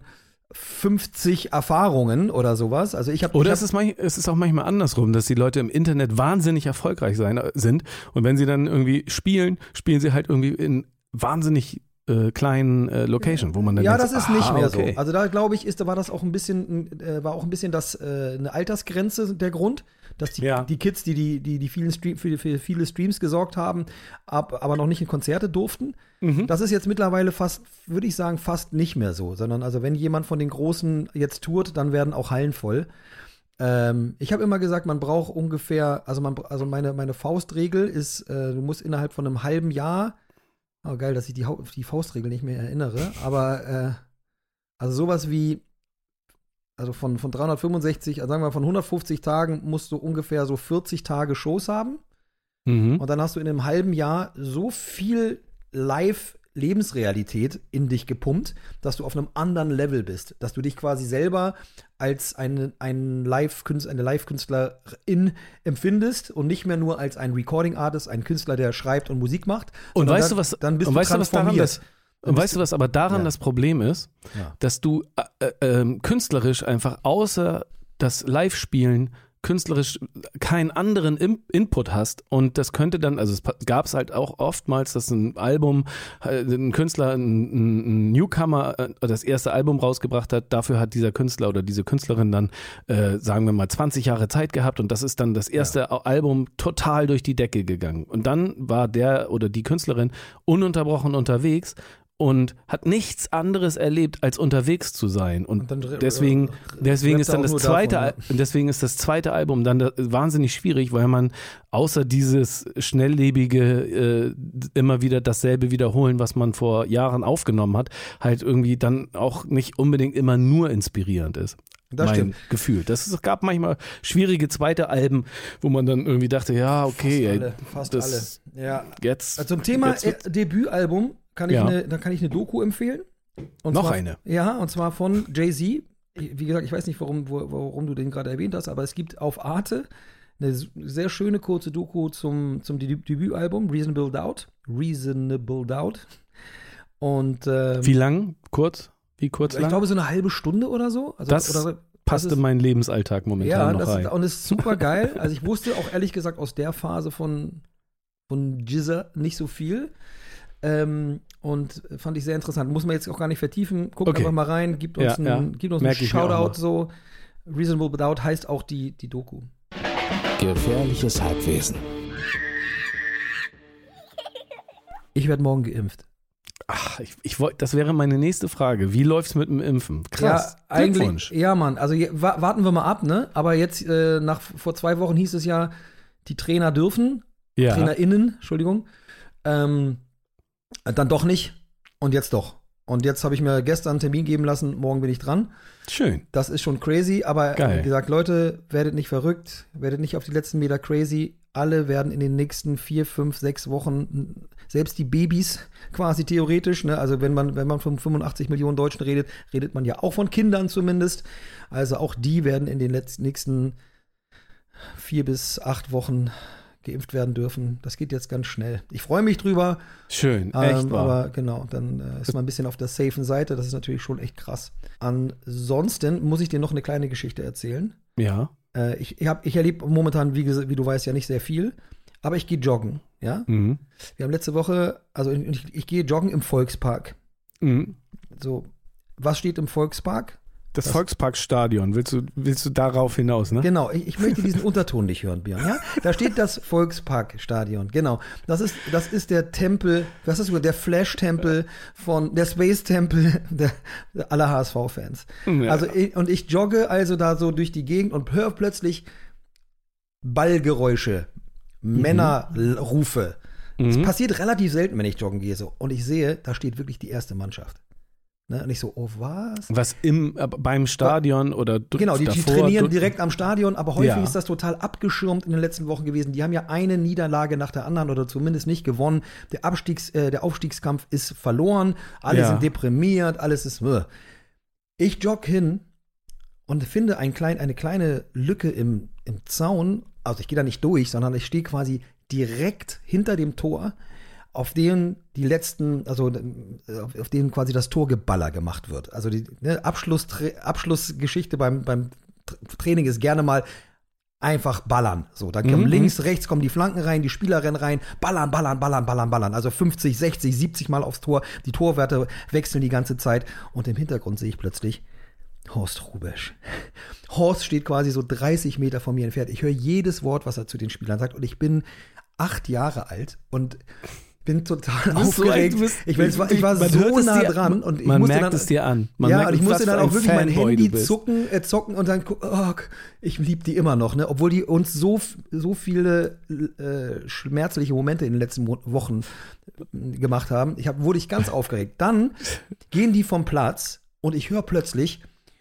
fünfzig Erfahrungen oder sowas. Also ich habe
Oder es ist, manch, es ist auch manchmal andersrum, dass die Leute im Internet wahnsinnig erfolgreich sein, sind und wenn sie dann irgendwie spielen, spielen sie halt irgendwie in wahnsinnig äh, kleinen äh, Location, wo man dann
ja,
denkt,
das ist
ah,
nicht mehr
okay.
so. Also da glaube ich, ist, da war das auch ein bisschen, äh, war auch ein bisschen das äh, eine Altersgrenze der Grund, dass die,
Ja.
die Kids, die die die, die vielen Stream, für, für viele Streams gesorgt haben, ab, aber noch nicht in Konzerte durften.
Mhm.
Das ist jetzt mittlerweile fast, würde ich sagen, fast nicht mehr so, sondern also wenn jemand von den Großen jetzt tourt, dann werden auch Hallen voll. Ähm, ich habe immer gesagt, man braucht ungefähr, also man, also meine meine Faustregel ist, äh, du musst innerhalb von einem halben Jahr. Oh, geil, dass ich die, Hau- die Faustregel nicht mehr erinnere. Aber, äh, also sowas wie, also von, von dreihundertfünfundsechzig, also sagen wir mal von hundertfünfzig Tagen musst du ungefähr so vierzig Tage Shows haben.
Mhm.
Und dann hast du in einem halben Jahr so viel Live-Lebensrealität in dich gepumpt, dass du auf einem anderen Level bist. Dass du dich quasi selber als eine, ein Live-Künstler, eine Live-Künstlerin empfindest und nicht mehr nur als ein Recording-Artist, ein Künstler, der schreibt und Musik macht.
Und
sondern
weißt
dann,
du, was,
dann bist
und
du
weißt du, was daran
transformiert.
das, und weißt du, was aber daran
Ja.
das Problem ist?
Ja.
Dass du äh, äh, ähm, künstlerisch einfach außer das Live-Spielen künstlerisch keinen anderen Im- Input hast und das könnte dann, also es gab es halt auch oftmals, dass ein Album, äh, ein Künstler, ein, ein Newcomer äh, das erste Album rausgebracht hat, dafür hat dieser Künstler oder diese Künstlerin dann, äh, sagen wir mal, zwanzig Jahre Zeit gehabt und das ist dann das erste Al- Album total durch die Decke gegangen und dann war der oder die Künstlerin ununterbrochen unterwegs und hat nichts anderes erlebt, als unterwegs zu sein. Und,
Und dann dr-
deswegen,
äh,
deswegen
rappt
ist
er
dann
auch
das
nur
zweite,
davon,
Al- und deswegen ist das zweite Album dann da, wahnsinnig schwierig, weil man außer dieses schnelllebige, äh, immer wieder dasselbe wiederholen, was man vor Jahren aufgenommen hat, halt irgendwie dann auch nicht unbedingt immer nur inspirierend ist.
Das
mein
stimmt.
Gefühl. Das, es gab manchmal schwierige zweite Alben, wo man dann irgendwie dachte, ja, okay,
Fast
ey,
alle, fast
das,
alle. Ja.
jetzt.
Also zum Thema
jetzt wird's-
äh, Debütalbum kann ich
Ja.
eine, da kann ich eine Doku empfehlen. Und
Noch
zwar,
eine?
Ja, und zwar von Jay-Z. Wie gesagt, ich weiß nicht, warum, wo, warum du den gerade erwähnt hast, aber es gibt auf Arte eine s- sehr schöne kurze Doku zum, zum Debü- Debütalbum, Reasonable Doubt. Reasonable Doubt. Und ähm,
Wie lang? Kurz? Wie kurz
ich
lang?
glaube so eine halbe Stunde oder so. Also,
Das
oder,
passt
das
in
ist-
meinen Lebensalltag momentan
ja,
noch
das
rein.
ist, und es ist super geil. Also ich wusste auch ehrlich gesagt aus der Phase von, von Jizza nicht so viel. Ähm, und fand ich sehr interessant. Muss man jetzt auch gar nicht vertiefen. Guckt
Okay.
einfach mal rein, gibt uns,
Ja,
einen,
ja.
gibt uns einen
Merke ich mir auch
Shoutout
mal.
so. Reasonable Doubt heißt auch die, die Doku.
Gefährliches Halbwesen.
Ich werde morgen geimpft.
Ach, ich, ich wollte, das wäre meine nächste Frage. Wie läuft's mit dem Impfen? Krass.
Ja, eigentlich.
Glückwunsch.
Ja, Mann. Also je, wa- warten wir mal ab, ne? Aber jetzt, äh, nach vor zwei Wochen hieß es ja, die Trainer dürfen.
Ja.
TrainerInnen, Entschuldigung. Ähm, dann doch nicht. Und jetzt doch. Und jetzt habe ich mir gestern einen Termin geben lassen. Morgen bin ich dran.
Schön.
Das ist schon crazy. Aber
Geil.
wie gesagt, Leute, werdet nicht verrückt. Werdet nicht auf die letzten Meter crazy. Alle werden in den nächsten vier, fünf, sechs Wochen, selbst die Babys quasi theoretisch, ne? Also wenn man, wenn man von fünfundachtzig Millionen Deutschen redet, redet man ja auch von Kindern zumindest. Also auch die werden in den letzten, nächsten vier bis acht Wochen geimpft werden dürfen. Das geht jetzt ganz schnell. Ich freue mich drüber.
Schön, echt
Ähm,
wahr.
aber genau, dann äh, ist man ein bisschen auf der safen Seite. Das ist natürlich schon echt krass. Ansonsten muss ich dir noch eine kleine Geschichte erzählen.
Ja.
Äh, ich ich, hab- ich erlebe momentan, wie, ges- wie du weißt, ja nicht sehr viel. Aber ich gehe joggen, ja.
Mhm.
Wir haben letzte Woche, also ich, ich gehe joggen im Volkspark.
Mhm.
So, was steht im Volkspark?
Das,
Das-
Volksparkstadion, willst du, willst du darauf hinaus, ne?
Genau, ich, ich möchte diesen Unterton nicht hören, Björn. Ja? Da steht das Volksparkstadion, genau. Das ist, das ist der Tempel, was ist das, der Flash-Tempel von, der Space-Tempel der, der aller H S V-Fans.
Ja.
Also, ich, und ich jogge also da so durch die Gegend und höre plötzlich Ballgeräusche, Männerrufe. Das
Mhm.
passiert relativ selten, wenn ich joggen gehe. So. Und ich sehe, da steht wirklich die erste Mannschaft. Ne? Und ich so, oh was?
Was im, äh, beim Stadion oder d-
Genau, die, die
davor,
trainieren
d-
direkt am Stadion, aber häufig
Ja.
ist das total abgeschirmt in den letzten Wochen gewesen. Die haben ja eine Niederlage nach der anderen oder zumindest nicht gewonnen. Der, Abstiegs, äh, der Aufstiegskampf ist verloren, alle
Ja.
sind deprimiert, alles ist. Äh. Ich jogge hin und finde ein klein, eine kleine Lücke im, im Zaun. Also ich gehe da nicht durch, sondern ich stehe quasi direkt hinter dem Tor, auf denen die letzten, also äh, auf auf denen quasi das Torgeballer gemacht wird. Also die ne, Abschluss, Abschlussgeschichte beim, beim Tra- Training ist gerne mal einfach ballern. So, dann kommen
Mhm.
links, rechts kommen die Flanken rein, die Spieler rennen rein, ballern, ballern, ballern, ballern, ballern. Also fünfzig, sechzig, siebzig Mal aufs Tor. Die Torwerte wechseln die ganze Zeit. Und im Hintergrund sehe ich plötzlich Horst Hrubesch. Horst steht quasi so dreißig Meter von mir entfernt. Ich höre jedes Wort, was er zu den Spielern sagt. Und ich bin acht Jahre alt und bin total
Du bist so
aufgeregt.
alt, du bist-
ich, ich, war- ich war
man
so
hört es
nah
dir-
dran. Und ich
man
musste
merkt
dann,
es dir an. Man
ja,
merkt,
und ich
was
musste dann
für ein
auch wirklich mein
Fanboy
Handy
du bist.
zucken, äh, zocken und dann gucken, oh, ich liebe die immer noch, ne? Obwohl die uns so, so viele äh, schmerzliche Momente in den letzten Mo- Wochen äh, gemacht haben. Ich hab, wurde ich ganz aufgeregt. Dann gehen die vom Platz und ich höre plötzlich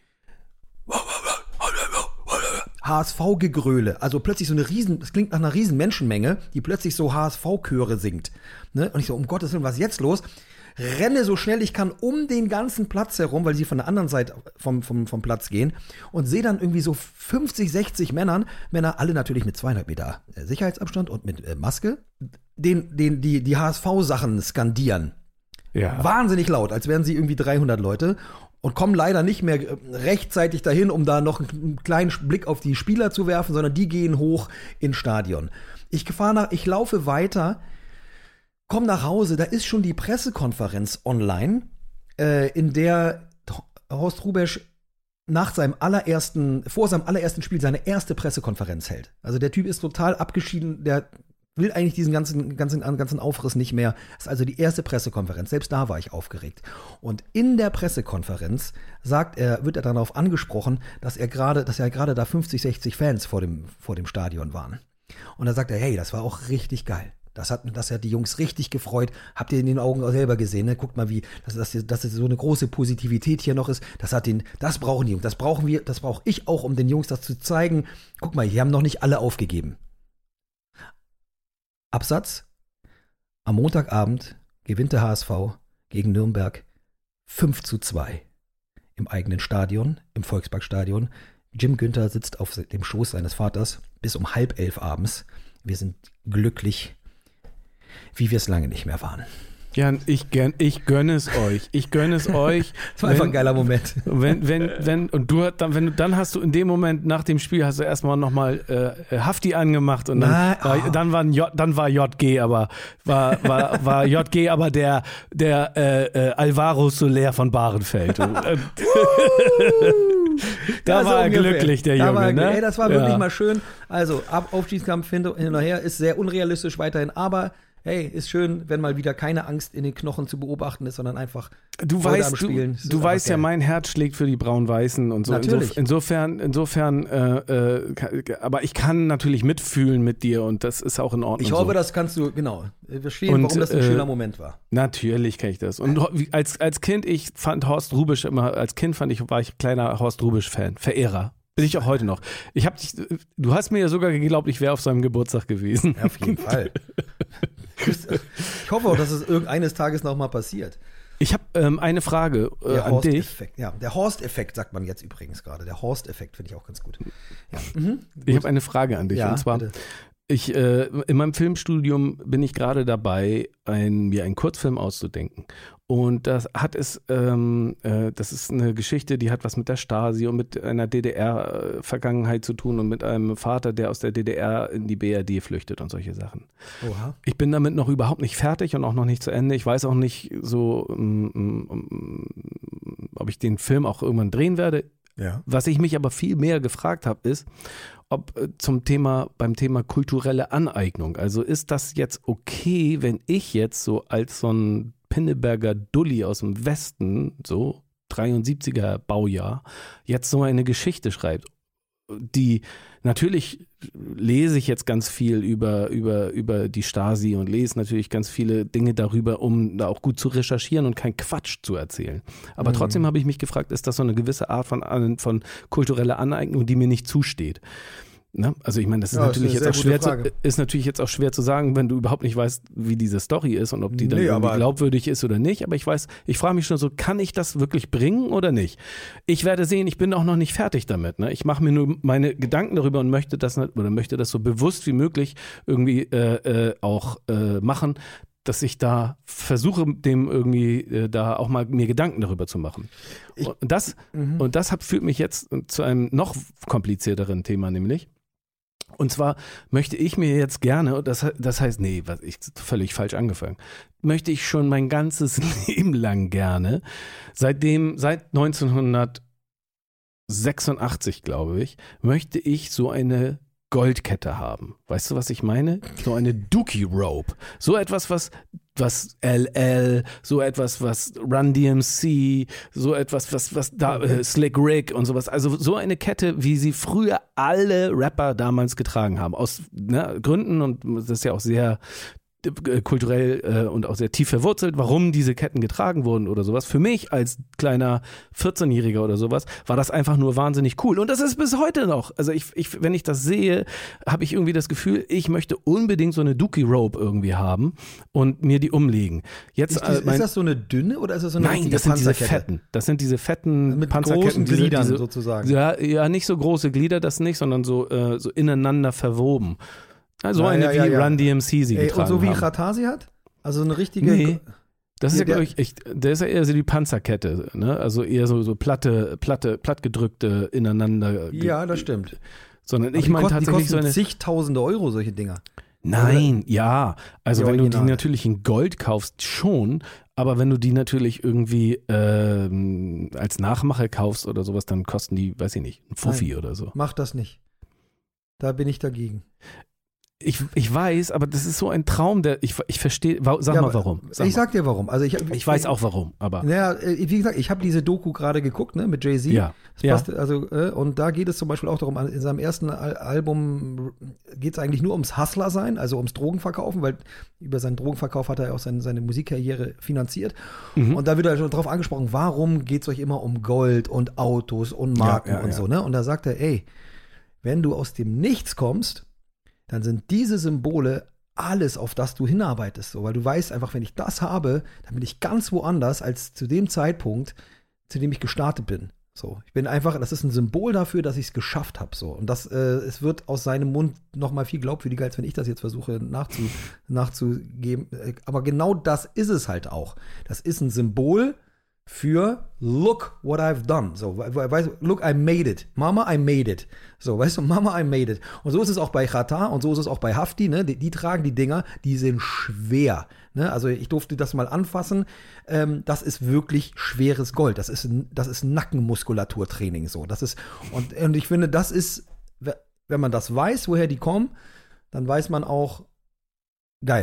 H S V-Gegröle, also plötzlich so eine riesen, das klingt nach einer riesen Menschenmenge, die plötzlich so H S V-Chöre singt. Ne? Und ich so, um Gottes Willen, was ist jetzt los? Renne so schnell ich kann um den ganzen Platz herum, weil sie von der anderen Seite vom, vom, vom Platz gehen und sehe dann irgendwie so fünfzig, sechzig Männern, Männer alle natürlich mit zweieinhalb Meter Sicherheitsabstand und mit äh, Maske, den, den, die, die H S V-Sachen skandieren.
Ja.
Wahnsinnig laut, als wären sie irgendwie dreihundert Leute und kommen leider nicht mehr äh, rechtzeitig dahin, um da noch einen kleinen Blick auf die Spieler zu werfen, sondern die gehen hoch ins Stadion. Ich fahre nach, ich laufe weiter, komme nach Hause, da ist schon die Pressekonferenz online, äh, in der Horst Hrubesch nach seinem allerersten, vor seinem allerersten Spiel seine erste Pressekonferenz hält. Also der Typ ist total abgeschieden, der will eigentlich diesen ganzen, ganzen, ganzen Aufriss nicht mehr. Das ist also die erste Pressekonferenz. Selbst da war ich aufgeregt. Und in der Pressekonferenz sagt er, wird er darauf angesprochen, dass er gerade, dass ja gerade da fünfzig, sechzig Fans vor dem, vor dem Stadion waren. Und da sagt er, hey, das war auch richtig geil. Das hat, das hat die Jungs richtig gefreut. Habt ihr in den Augen auch selber gesehen, ne? Guckt mal, wie, dass, dass, dass so eine große Positivität hier noch ist. Das hat den, das brauchen die Jungs. Das brauchen wir, das brauche ich auch, um den Jungs das zu zeigen. Guck mal, hier haben noch nicht alle aufgegeben. Absatz. Am Montagabend gewinnt der H S V gegen Nürnberg fünf zu zwei im eigenen Stadion, im Volksparkstadion. Jim Günther sitzt auf dem Schoß seines Vaters bis um halb elf abends. Wir sind glücklich, wie wir es lange nicht mehr waren.
Jan, ich, gern, ich gönne es euch. Ich gönne es euch.
Das war einfach ein geiler Moment.
Wenn, wenn, wenn, und du dann, wenn du, dann hast du in dem Moment nach dem Spiel hast du erstmal nochmal äh, Hafti angemacht und dann,
Nein,
war,
oh.
dann, war ein J, dann war J G, aber war, war, war J G, aber der, der äh, äh, Alvaro Soler von Bahrenfeld. Und, äh, da
Ja, so
war er
ungefähr.
glücklich, der
da
Junge.
war er,
ne?
Ey, das war wirklich
Ja.
mal schön. Also, Ab Aufstiegskampf hin hin und her ist sehr unrealistisch weiterhin, aber hey, ist schön, wenn mal wieder keine Angst in den Knochen zu beobachten ist, sondern einfach
Du
Freude
weißt,
am Spielen. Das
du,
ist
du
einfach
weißt ja,
geil.
mein Herz schlägt für die Braun-Weißen und so.
Natürlich.
Insofern, insofern, äh, äh, ka- aber ich kann natürlich mitfühlen mit dir und das ist auch in Ordnung.
Ich hoffe,
so.
das kannst du, genau, verstehen,
Und,
warum das ein
äh,
schöner Moment war.
Natürlich kann ich das. Und ho- wie- als, als Kind, ich fand Horst Rubisch immer, als Kind fand ich, war ich kleiner Horst Rubisch-Fan, Verehrer. Bin ich auch heute noch. Ich hab dich, du hast mir ja sogar geglaubt, ich wäre auf seinem Geburtstag gewesen.
Ja, auf jeden Fall. Ich hoffe auch, dass es irgendeines Tages nochmal passiert.
Ich habe ähm, eine Frage äh,
Der
an dich.
Horst-Effekt, ja, der Horst-Effekt sagt man jetzt übrigens gerade. Der Horst-Effekt finde ich auch ganz gut. Ja. Mhm.
Ich habe eine Frage an dich.
Ja,
und zwar,
bitte.
ich äh, in meinem Filmstudium bin ich gerade dabei, ein, mir einen Kurzfilm auszudenken. Und das hat es, ähm, äh, das ist eine Geschichte, die hat was mit der Stasi und mit einer D D R-Vergangenheit zu tun und mit einem Vater, der aus der D D R in die B R D flüchtet und solche Sachen.
Oha.
Ich bin damit noch überhaupt nicht fertig und auch noch nicht zu Ende. Ich weiß auch nicht so, um, um, um, ob ich den Film auch irgendwann drehen werde.
Ja.
Was ich mich aber viel mehr gefragt habe, ist, ob äh, zum Thema, beim Thema kulturelle Aneignung, also ist das jetzt okay, wenn ich jetzt so als so ein Pinneberger Dulli aus dem Westen, so dreiundsiebziger Baujahr, jetzt so eine Geschichte schreibt, die natürlich lese ich jetzt ganz viel über, über, über die Stasi und lese natürlich ganz viele Dinge darüber, um da auch gut zu recherchieren und kein Quatsch zu erzählen. Aber
Mhm.
trotzdem habe ich mich gefragt, ist das so eine gewisse Art von, von kultureller Aneignung, die mir nicht zusteht? Ne? Also ich meine, das ist
Ja,
natürlich
ist
jetzt
eine
auch
sehr
schwer
gute
zu,
Frage.
ist natürlich jetzt auch schwer zu sagen, wenn du überhaupt nicht weißt, wie diese Story ist und ob die dann
Nee,
irgendwie
aber-
glaubwürdig ist oder nicht. Aber ich weiß, ich frage mich schon so, kann ich das wirklich bringen oder nicht? Ich werde sehen, ich bin auch noch nicht fertig damit. Ne? Ich mache mir nur meine Gedanken darüber und möchte das oder möchte das so bewusst wie möglich irgendwie äh, äh, auch äh, machen, dass ich da versuche, dem irgendwie äh, da auch mal mir Gedanken darüber zu machen.
Ich-
und das
Mhm.
und das hat, führt mich jetzt zu einem noch komplizierteren Thema, nämlich und zwar möchte ich mir jetzt gerne, das, das heißt, nee, was ich völlig falsch angefangen, möchte ich schon mein ganzes Leben lang gerne, seitdem, seit neunzehnhundertsechsundachtzig, glaube ich, möchte ich so eine Goldkette haben. Weißt du, was ich meine? So eine Dookie Rope. So etwas, was, was L L, so etwas, was Run D M C, so etwas, was, was da, äh, Slick Rick und sowas. Also so eine Kette, wie sie früher alle Rapper damals getragen haben. Aus ne, Gründen, und das ist ja auch sehr äh, kulturell äh, und auch sehr tief verwurzelt, warum diese Ketten getragen wurden oder sowas. Für mich als kleiner vierzehnjähriger oder sowas war das einfach nur wahnsinnig cool. Und das ist bis heute noch. Also ich, ich wenn ich das sehe, habe ich irgendwie das Gefühl, ich möchte unbedingt so eine Dookie Rope irgendwie haben und mir die umlegen. Jetzt,
Ist,
äh,
die,
mein,
ist das so eine dünne oder ist das so eine
nein,
richtige
das sind diese
Panzerkette?
fetten. Das sind diese fetten
Mit
Panzerketten.
großen
diese,
Gliedern
diese,
sozusagen.
Ja, ja, nicht so große Glieder, das nicht, sondern so, äh, so ineinander verwoben. Ja, so
Ja,
eine
ja,
wie
ja, ja.
Run D M C sie
Ey,
getragen
und so wie
haben.
Khatasi hat? Also eine richtige.
Nee. Das ist ja,
Nee, der-
glaube ich, echt, der ist ja eher so die Panzerkette, ne? Also eher so, so platte, platte, plattgedrückte ineinander. ge-
Ja, das stimmt.
Sondern
Aber
ich
die
meine
kosten,
tatsächlich
die
so
kosten
eine.
zigtausende Euro, solche Dinger.
Nein, ja. Also
Die
wenn du die
Originale.
natürlich in Gold kaufst, schon. Aber wenn du die natürlich irgendwie ähm, als Nachmache kaufst oder sowas, dann kosten die, weiß ich nicht, ein Fuffi
Nein.
oder so.
Mach das nicht. Da bin ich dagegen.
Ich, ich weiß, aber das ist so ein Traum, der ich, ich verstehe. wa- Sag
Ja,
mal
aber
warum. Sag
ich
mal.
sag dir warum. Also ich,
ich weiß auch warum, aber.
Naja, äh, wie gesagt, ich habe diese Doku gerade geguckt, ne, mit Jay-Z.
Ja.
Das
Ja.
passt, also, äh, und da geht es zum Beispiel auch darum, in seinem ersten Al Album geht es eigentlich nur ums Hustler sein, also ums Drogenverkaufen, weil über seinen Drogenverkauf hat er auch sein, seine Musikkarriere finanziert.
Mhm.
Und da wird er schon drauf angesprochen, warum geht es euch immer um Gold und Autos und Marken
Ja, ja,
und
ja.
so, ne? Und da sagt er, ey, wenn du aus dem Nichts kommst, dann sind diese Symbole alles, auf das du hinarbeitest. So, weil du weißt einfach, wenn ich das habe, dann bin ich ganz woanders als zu dem Zeitpunkt, zu dem ich gestartet bin. So, ich bin einfach, das ist ein Symbol dafür, dass ich es geschafft habe. So, und das, äh, es wird aus seinem Mund noch mal viel glaubwürdiger, als wenn ich das jetzt versuche nachzu, nachzugeben. Äh, Aber genau das ist es halt auch. Das ist ein Symbol für look what I've done. So, we- we- weißt du, look, I made it. Mama, I made it. So, weißt du, Mama, I made it. Und so ist es auch bei Xatar und so ist es auch bei Hafti, ne? Die, die tragen die Dinger, die sind schwer. Ne? Also ich durfte das mal anfassen. Ähm, das ist wirklich schweres Gold. Das ist, ein- das ist Nackenmuskulaturtraining so. Das ist, und, und ich finde, das ist, wenn man das weiß, woher die kommen, dann weiß man auch, geil.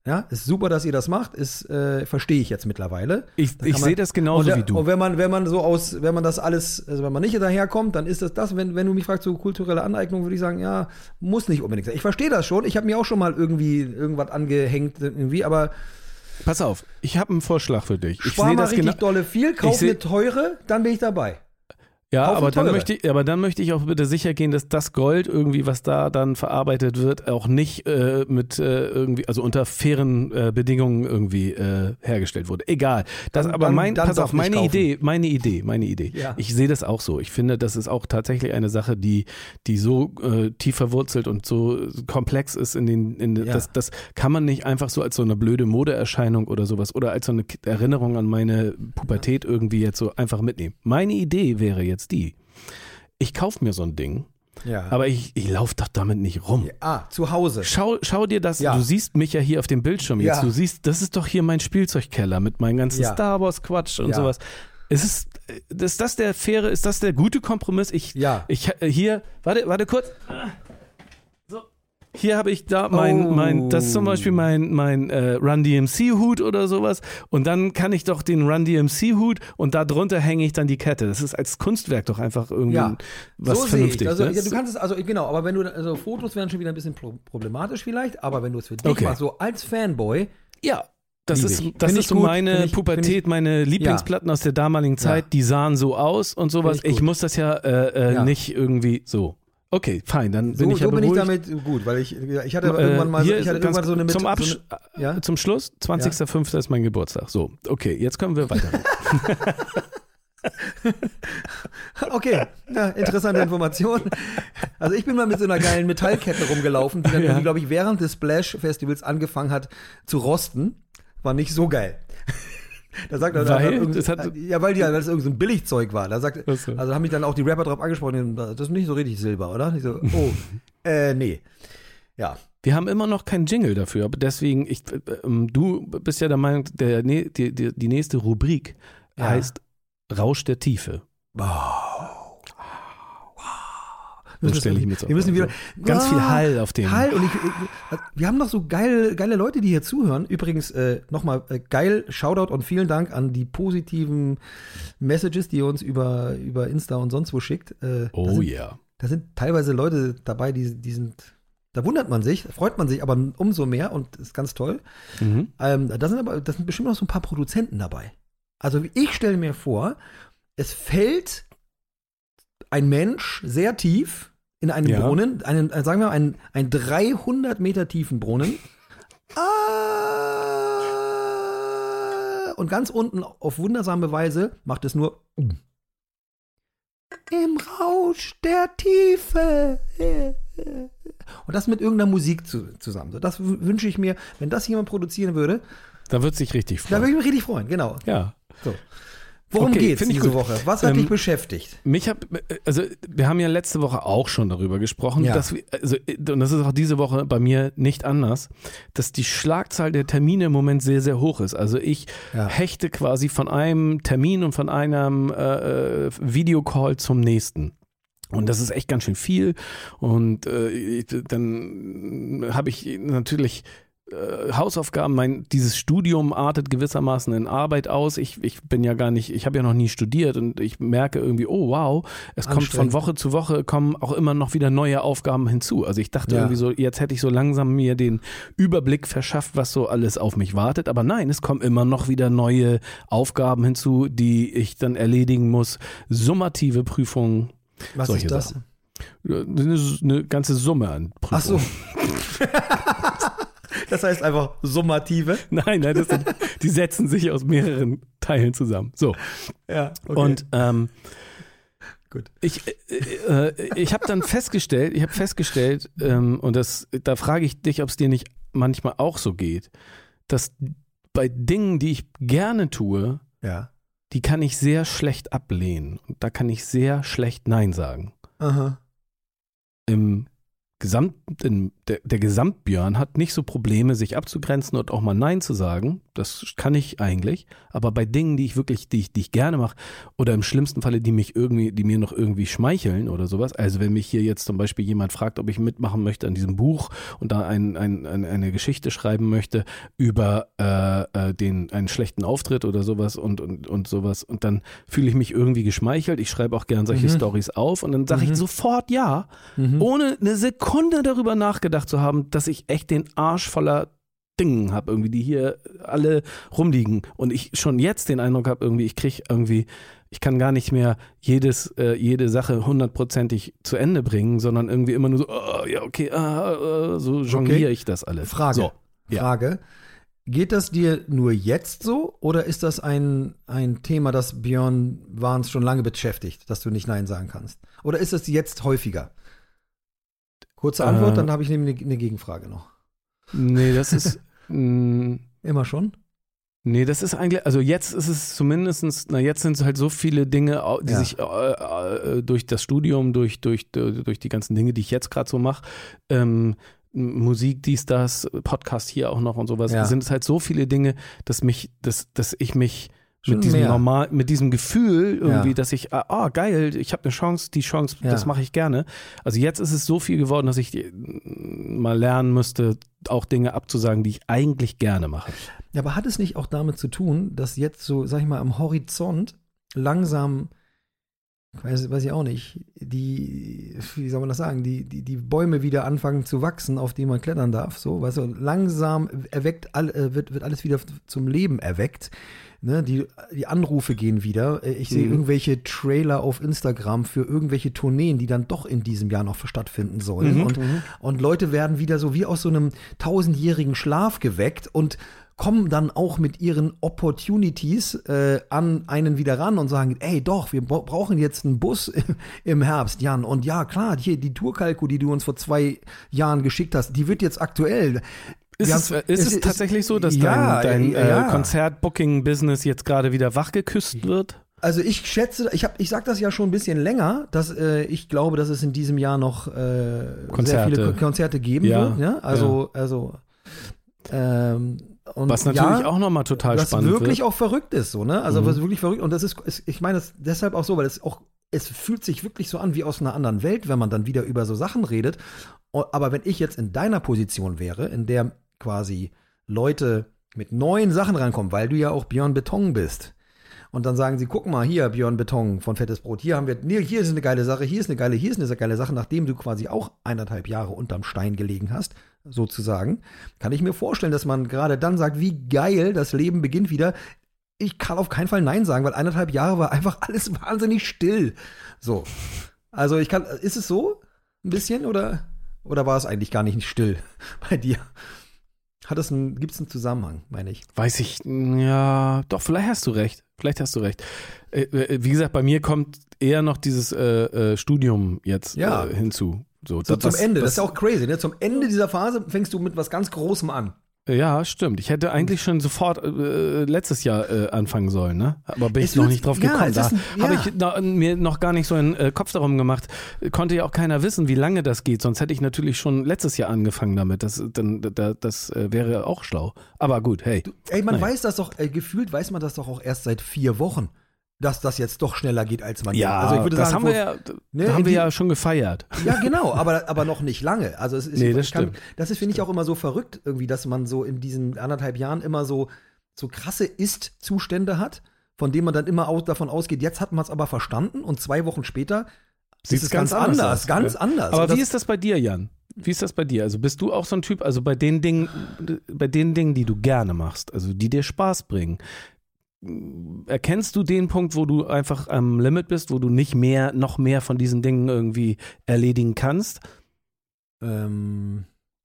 Ja, ist super, dass ihr das macht, ist, äh, verstehe ich jetzt mittlerweile.
Ich,
Da
ich
kann man-
sehe das genauso
und,
wie du.
Und wenn man, wenn man so aus, wenn man das alles, also wenn man nicht daherkommt, dann ist das das, wenn, wenn du mich fragst, so kulturelle Aneignung, würde ich sagen, ja, muss nicht unbedingt sein. Ich verstehe das schon, ich habe mir auch schon mal irgendwie irgendwas angehängt, irgendwie, aber
Pass auf, ich habe einen Vorschlag für dich. Ich
spar
sehe
mal
das
richtig
genau.
dolle viel, kauf
Ich seh-
eine teure, dann bin ich dabei.
Ja,
Kauf
aber
eine
dann,
teure.
möchte ich, aber dann möchte ich auch bitte sicher gehen, dass das Gold irgendwie, was da dann verarbeitet wird, auch nicht äh, mit äh, irgendwie, also unter fairen äh, Bedingungen irgendwie äh, hergestellt wurde. Egal. Das,
Dann-
aber
dann-
mein,
dann
pass
doch
auf,
nicht
meine
kaufen.
Idee, meine Idee, meine Idee.
Ja.
Ich sehe das auch so. Ich finde, das ist auch tatsächlich eine Sache, die, die so äh, tief verwurzelt und so komplex ist in den, in den
Ja.
das, das kann man nicht einfach so als so eine blöde Modeerscheinung oder sowas oder als so eine Erinnerung an meine Pubertät irgendwie jetzt so einfach mitnehmen. Meine Idee wäre jetzt die. Ich kaufe mir so ein Ding,
Ja.
aber ich, ich laufe doch damit nicht rum.
ah, zu Hause.
Schau, schau dir das,
Ja.
du siehst mich ja hier auf dem Bildschirm jetzt,
Ja.
du siehst, das ist doch hier mein Spielzeugkeller mit meinem ganzen
Ja.
Star Wars Quatsch und
Ja.
sowas. Ist, es, ist das der faire, ist das der gute Kompromiss? Ich,
Ja.
ich äh, hier, warte, warte kurz. So. Hier habe ich da mein,
Oh.
mein, das ist zum Beispiel mein, mein äh, Run D M C-Hut oder sowas. Und dann kann ich doch den Run D M C-Hut und da drunter hänge ich dann die Kette. Das ist als Kunstwerk doch einfach irgendwie
Ja.
was
so sehe
vernünftig.
ich. Also,
ne?
ja, du kannst es, also genau, aber wenn du, also Fotos wären schon wieder ein bisschen pro- problematisch vielleicht, aber wenn du es für dich
Okay.
machst, so als Fanboy,
Ja, das
Lieb
ist,
ich.
das
Find
ist
ich
so
gut,
meine
find ich-
Pubertät,
find ich-
meine Lieblingsplatten aus der damaligen Zeit,
Ja.
die sahen so aus und sowas.
Find ich
Ich,
gut.
muss das ja, äh, äh,
Ja.
nicht irgendwie so. Okay, fein, dann bin
so,
ich ja
so bin ich
beruhigt.
damit gut, weil ich, ich hatte
Äh,
irgendwann mal, so,
hier
ich hatte
ganz
irgendwann so eine mit,
zum,
so
Absch
eine, ja?
zum Schluss, zwanzigster fünfter ist mein Geburtstag. So, okay, jetzt können wir weiter.
Okay, ja, interessante Information. Also ich bin mal mit so einer geilen Metallkette rumgelaufen, die dann,
Ja.
glaube ich, während des Splash-Festivals angefangen hat zu rosten. War nicht so geil. Da sagt er, da-
Weil?
irgend-
Das hat-
ja, weil die, weil das irgend so ein Billigzeug war. Da sagt,
Ach so.
also haben mich dann auch die Rapper drauf angesprochen, das ist nicht so richtig Silber, oder? Ich so, oh, äh, nee. Ja.
Wir haben immer noch keinen Jingle dafür, aber deswegen, ich, äh, ähm, du bist ja der Meinung, der, nee, die, die, die nächste Rubrik
Ja.
heißt Rausch der Tiefe.
Wow.
So stelle ich mir jetzt auch
Wir müssen
vor.
wieder
Ganz viel
Ah,
Hall auf dem.
Hall und ich, ich, wir haben noch so geile, geile Leute, die hier zuhören. Übrigens äh, nochmal äh, geil, Shoutout und vielen Dank an die positiven Messages, die ihr uns über, über Insta und sonst wo schickt. Äh, da
Oh
sind,
ja.
Da sind teilweise Leute dabei, die, die sind, da wundert man sich, freut man sich aber umso mehr und ist ganz toll.
Mhm.
Ähm, da sind aber, da sind bestimmt noch so ein paar Produzenten dabei. Also ich stelle mir vor, es fällt ein Mensch sehr tief in einen
Ja.
Brunnen, einen, äh, sagen wir mal, einen, einen dreihundert Meter tiefen Brunnen. Ah, und ganz unten auf wundersame Weise macht es nur im Rausch der Tiefe. Und das mit irgendeiner Musik zu, zusammen. So, das w- wünsche ich mir, wenn das jemand produzieren würde,
Da wird sich richtig
da
freuen.
würde ich mich richtig freuen, genau.
Ja.
So. Worum
Okay,
geht's
find ich
diese
gut.
Woche? Was hat
Ähm,
dich beschäftigt?
Mich hab, also wir haben ja letzte Woche auch schon darüber gesprochen,
Ja.
dass wir, also, und das ist auch diese Woche bei mir nicht anders, dass die Schlagzahl der Termine im Moment sehr, sehr hoch ist. Also ich
Ja.
hechte quasi von einem Termin und von einem äh, Videocall zum nächsten. Und das ist echt ganz schön viel. Und äh, ich, dann habe ich natürlich äh, Hausaufgaben, mein, dieses Studium artet gewissermaßen in Arbeit aus. Ich, ich bin ja gar nicht, ich habe ja noch nie studiert und ich merke irgendwie, oh wow, es kommt von
Anstrengend.
Woche zu Woche, kommen auch immer noch wieder neue Aufgaben hinzu. Also ich dachte
Ja.
irgendwie so, jetzt hätte ich so langsam mir den Überblick verschafft, was so alles auf mich wartet. Aber nein, es kommen immer noch wieder neue Aufgaben hinzu, die ich dann erledigen muss. Summative Prüfungen.
Was
solche
ist das?
Sachen. Eine, eine ganze Summe an
Ach so.
Prüfungen.
Das heißt einfach summative.
Nein, nein, das sind, die setzen sich aus mehreren Teilen zusammen. So.
Ja, okay.
Und ähm,
Gut.
ich, äh, äh, ich habe dann festgestellt, ich habe festgestellt, ähm, und das, da frage ich dich, ob es dir nicht manchmal auch so geht, dass bei Dingen, die ich gerne tue,
Ja.
die kann ich sehr schlecht ablehnen. Und da kann ich sehr schlecht Nein sagen.
Aha.
Im Gesamt, der, der Gesamtbjörn hat nicht so Probleme, sich abzugrenzen und auch mal Nein zu sagen. Das kann ich eigentlich. Aber bei Dingen, die ich wirklich, die ich, die ich gerne mache, oder im schlimmsten Falle, die mich irgendwie, die mir noch irgendwie schmeicheln oder sowas. Also wenn mich hier jetzt zum Beispiel jemand fragt, ob ich mitmachen möchte an diesem Buch und da ein, ein, ein, eine Geschichte schreiben möchte über äh, den einen schlechten Auftritt oder sowas und, und, und sowas. Und dann fühle ich mich irgendwie geschmeichelt. Ich schreibe auch gern solche mhm. Storys auf und dann sage
Mhm.
ich sofort ja,
Mhm.
ohne eine Sekunde Sekunde darüber nachgedacht zu haben, dass ich echt den Arsch voller Dingen habe, irgendwie, die hier alle rumliegen. Und ich schon jetzt den Eindruck habe, irgendwie, ich kriege irgendwie, ich kann gar nicht mehr jedes, äh, jede Sache hundertprozentig zu Ende bringen, sondern irgendwie immer nur so, oh, ja, okay, ah, ah, so jongliere
Okay.
ich das alles.
Frage.
So, ja.
Frage. Geht das dir nur jetzt so oder ist das ein, ein Thema, das Björn Warns schon lange beschäftigt, dass du nicht Nein sagen kannst? Oder ist das jetzt häufiger? Kurze Antwort,
Äh,
dann habe ich nämlich eine, eine Gegenfrage noch.
Nee, das ist, mh,
Immer schon?
nee, das ist eigentlich, also jetzt ist es zumindestens, na jetzt sind es halt so viele Dinge, au- die
Ja.
sich äh, äh, durch das Studium, durch, durch, durch die ganzen Dinge, die ich jetzt gerade so mache, ähm, M- Musik, dies, das, Podcast hier auch noch und sowas,
Ja.
sind es halt so viele Dinge, dass mich, dass, dass ich mich
Schon
mit diesem
mehr.
normal, mit diesem Gefühl irgendwie,
Ja.
dass ich, ah, ah, geil, ich habe eine Chance, die Chance,
Ja.
das mache ich gerne. Also jetzt ist es so viel geworden, dass ich äh, mal lernen müsste, auch Dinge abzusagen, die ich eigentlich gerne mache.
Ja, aber hat es nicht auch damit zu tun, dass jetzt so, sag ich mal, am Horizont langsam, weiß, weiß ich auch nicht, die, wie soll man das sagen, die, die, die Bäume wieder anfangen zu wachsen, auf die man klettern darf, so, weißt du, langsam erweckt, all, äh, wird, wird alles wieder zum Leben erweckt. Ne, die, die Anrufe gehen wieder. Ich sehe
Mhm.
irgendwelche Trailer auf Instagram für irgendwelche Tourneen, die dann doch in diesem Jahr noch stattfinden sollen.
Mhm.
Und, und Leute werden wieder so wie aus so einem tausendjährigen Schlaf geweckt und kommen dann auch mit ihren Opportunities äh, an einen wieder ran und sagen, ey doch, wir bra- brauchen jetzt einen Bus im, im Herbst, Jan. Und ja, klar, hier die Tourkalku, die du uns vor zwei Jahren geschickt hast, die wird jetzt aktuell.
Ist,
Wir
es,
haben-
ist es,
es-
tatsächlich so, dass
ja,
dein, dein
ja, ja.
äh, Konzert-Booking-Business jetzt gerade wieder wachgeküsst wird?
Also ich schätze, ich hab, ich sag das ja schon ein bisschen länger, dass äh, ich glaube, dass es in diesem Jahr noch äh, sehr
Konzerte.
viele Ko- Konzerte geben
Ja,
wird. Ja? Also, also ähm, und
Was natürlich
ja,
auch nochmal total
was
spannend
wirklich
wird.
auch verrückt ist, so, ne? Also
Mhm.
was wirklich verrückt. Und das ist, ist ich meine das deshalb auch so, weil es auch, es fühlt sich wirklich so an wie aus einer anderen Welt, wenn man dann wieder über so Sachen redet. O- Aber wenn ich jetzt in deiner Position wäre, in der quasi Leute mit neuen Sachen rankommen, weil du ja auch Björn Beton bist. Und dann sagen sie, guck mal, hier Björn Beton von Fettes Brot, hier haben wir, nee, hier ist eine geile Sache, hier ist eine geile, hier ist eine geile Sache, nachdem du quasi auch eineinhalb Jahre unterm Stein gelegen hast, sozusagen, kann ich mir vorstellen, dass man gerade dann sagt, wie geil, das Leben beginnt wieder. Ich kann auf keinen Fall Nein sagen, weil eineinhalb Jahre war einfach alles wahnsinnig still. So. Also ich kann, ist es so? Ein bisschen oder, oder war es eigentlich gar nicht still bei dir? Hat es einen, gibt es einen Zusammenhang, meine ich?
Weiß ich, ja, doch, vielleicht hast du recht. Vielleicht hast du recht. Äh, äh, wie gesagt, bei mir kommt eher noch dieses äh, äh, Studium jetzt
Ja.
äh, hinzu. So,
So
das-
zum
was-
Ende, das
was-
ist ja auch crazy, ne? Zum Ende dieser Phase fängst du mit was ganz Großem an.
Ja, stimmt. Ich hätte eigentlich schon sofort äh, letztes Jahr äh, anfangen sollen, ne? Aber bin
Es
ich noch
wird-
nicht drauf
ja,
gekommen.
es
Da
ist ein-
habe
ja.
ich na, mir noch gar nicht so einen äh, Kopf darum gemacht. Konnte ja auch keiner wissen, wie lange das geht. Sonst hätte ich natürlich schon letztes Jahr angefangen damit. Das, dann, da, das äh, wäre auch schlau. Aber gut, hey.
Ey, man
Naja.
weiß das doch, äh, gefühlt weiß man das doch auch erst seit vier Wochen, dass das jetzt doch schneller geht, als man
Ja,
denkt. Also ich würde
das
sagen,
haben wir
vor-
ja,
ne,
da haben
in
wir
die-
ja schon gefeiert.
Ja, genau, aber, aber noch nicht lange. Also es ist,
Nee, das
ich kann,
stimmt.
das ist, finde ich, auch immer so verrückt, irgendwie, dass man so in diesen anderthalb Jahren immer so, so krasse Ist-Zustände hat, von denen man dann immer aus, davon ausgeht, jetzt hat man es aber verstanden und zwei Wochen später
Sieht's
ist es ganz, anders,
aus,
ganz
ja.
anders.
Aber
Und
wie
das,
ist das bei dir, Jan? Wie ist das bei dir? Also bist du auch so ein Typ, also bei den Dingen, bei den Dingen, die du gerne machst, also die dir Spaß bringen, erkennst du den Punkt, wo du einfach am Limit bist, wo du nicht mehr, noch mehr von diesen Dingen irgendwie erledigen kannst?
Ähm,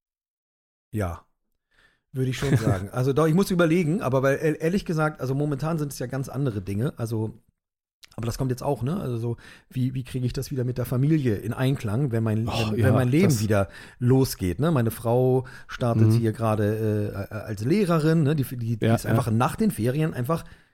ja, würde ich schon sagen. Also doch, ich muss überlegen, aber weil e- ehrlich gesagt, also momentan sind es ja ganz andere Dinge. Also, aber das kommt jetzt auch, ne? Also so, wie, wie kriege ich das wieder mit der Familie in Einklang, wenn mein,
Oh,
wenn,
ja,
wenn mein Leben
das-
wieder losgeht, ne? Meine Frau startet
Mhm.
hier gerade äh, als Lehrerin, ne? Die, die, die
Ja,
ist einfach nach den Ferien einfach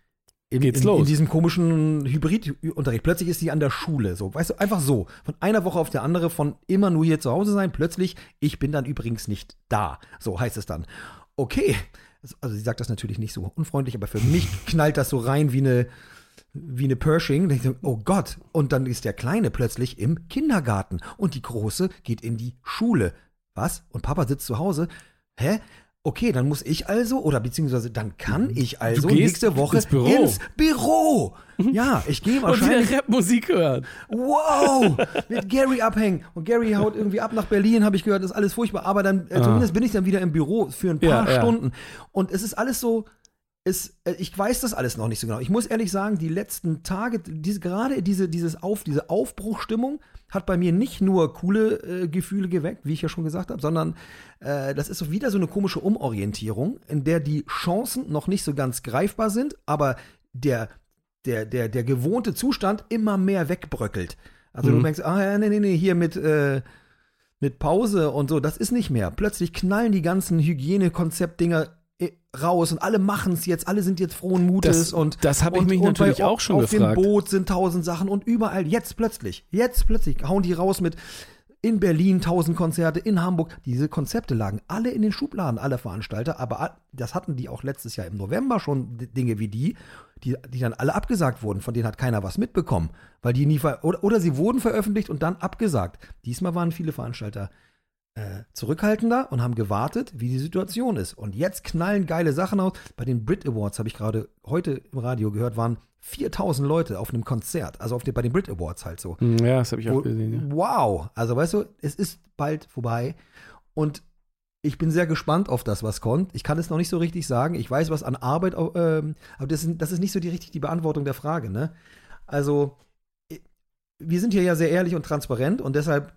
in,
geht's
in,
los.
in diesem komischen Hybridunterricht. Plötzlich ist die an der Schule, so, weißt du, einfach so. Von einer Woche auf die andere, von immer nur hier zu Hause sein, plötzlich, ich bin dann übrigens nicht da. So heißt es dann. Okay, also sie sagt das natürlich nicht so unfreundlich, aber für mich knallt das so rein wie eine, wie eine Pershing. Und ich denke, oh Gott. Und dann ist der Kleine plötzlich im Kindergarten und die Große geht in die Schule. Was? Und Papa sitzt zu Hause? Hä? Okay, dann muss ich also, oder beziehungsweise dann kann ich also
Du gehst
nächste Woche
ins Büro.
ins Büro. Ja, ich gehe
Und
wahrscheinlich.
wieder Rapmusik hören.
Wow, mit Gary abhängen. Und Gary haut irgendwie ab nach Berlin, habe ich gehört, das ist alles furchtbar. Aber dann, äh,
Ah.
zumindest bin ich dann wieder im Büro für ein paar
Ja, ja.
Stunden. Und es ist alles so, es, äh, ich weiß das alles noch nicht so genau. Ich muss ehrlich sagen, die letzten Tage, diese, gerade diese, dieses Auf, diese Aufbruchstimmung hat bei mir nicht nur coole äh, Gefühle geweckt, wie ich ja schon gesagt habe, sondern äh, das ist so wieder so eine komische Umorientierung, in der die Chancen noch nicht so ganz greifbar sind, aber der Der, der, der gewohnte Zustand immer mehr wegbröckelt. Also
Mhm.
du denkst, ah ja, nee, nee, nee, hier mit, äh, mit Pause und so, das ist nicht mehr. Plötzlich knallen die ganzen Hygienekonzeptdinger äh, raus und alle machen es jetzt, alle sind jetzt frohen Mutes.
Das-
und
das hab ich
und,
mich
und
natürlich
bei,
auch schon
auf
gefragt.
Auf dem Boot sind tausend Sachen und überall, jetzt plötzlich, jetzt plötzlich hauen die raus mit in Berlin tausend Konzerte, in Hamburg. Diese Konzepte lagen alle in den Schubladen, alle Veranstalter, aber a- das hatten die auch letztes Jahr im November schon, d- Dinge wie die, die, die dann alle abgesagt wurden, von denen hat keiner was mitbekommen, weil die nie, ver oder, oder sie wurden veröffentlicht und dann abgesagt. Diesmal waren viele Veranstalter äh, zurückhaltender und haben gewartet, wie die Situation ist. Und jetzt knallen geile Sachen aus. Bei den Brit Awards, habe ich gerade heute im Radio gehört, waren viertausend Leute auf einem Konzert, also auf den, bei den Brit Awards halt so.
Hm, Ja, das habe ich auch
Wo-
gesehen. Ja.
Wow, also weißt du, es ist bald vorbei und ich bin sehr gespannt auf das, was kommt. Ich kann es noch nicht so richtig sagen. Ich weiß, was an Arbeit, ähm, aber das ist, das ist nicht so die richtig die Beantwortung der Frage, ne? Also, i- wir sind hier ja sehr ehrlich und transparent und deshalb,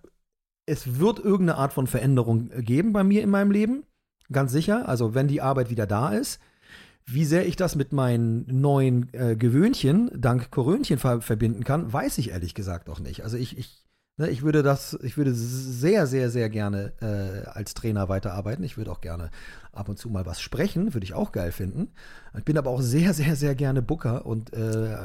es wird irgendeine Art von Veränderung geben bei mir in meinem Leben, ganz sicher. Also, wenn die Arbeit wieder da ist. Wie sehr ich das mit meinen neuen äh, Gewöhnchen, dank Korönchen, ver verbinden kann, weiß ich ehrlich gesagt auch nicht. Also ich, ich, ne, ich würde das, ich würde sehr, sehr, sehr gerne äh, als Trainer weiterarbeiten. Ich würde auch gerne ab und zu mal was sprechen, würde ich auch geil finden. Ich bin aber auch sehr, sehr, sehr gerne Booker und, äh,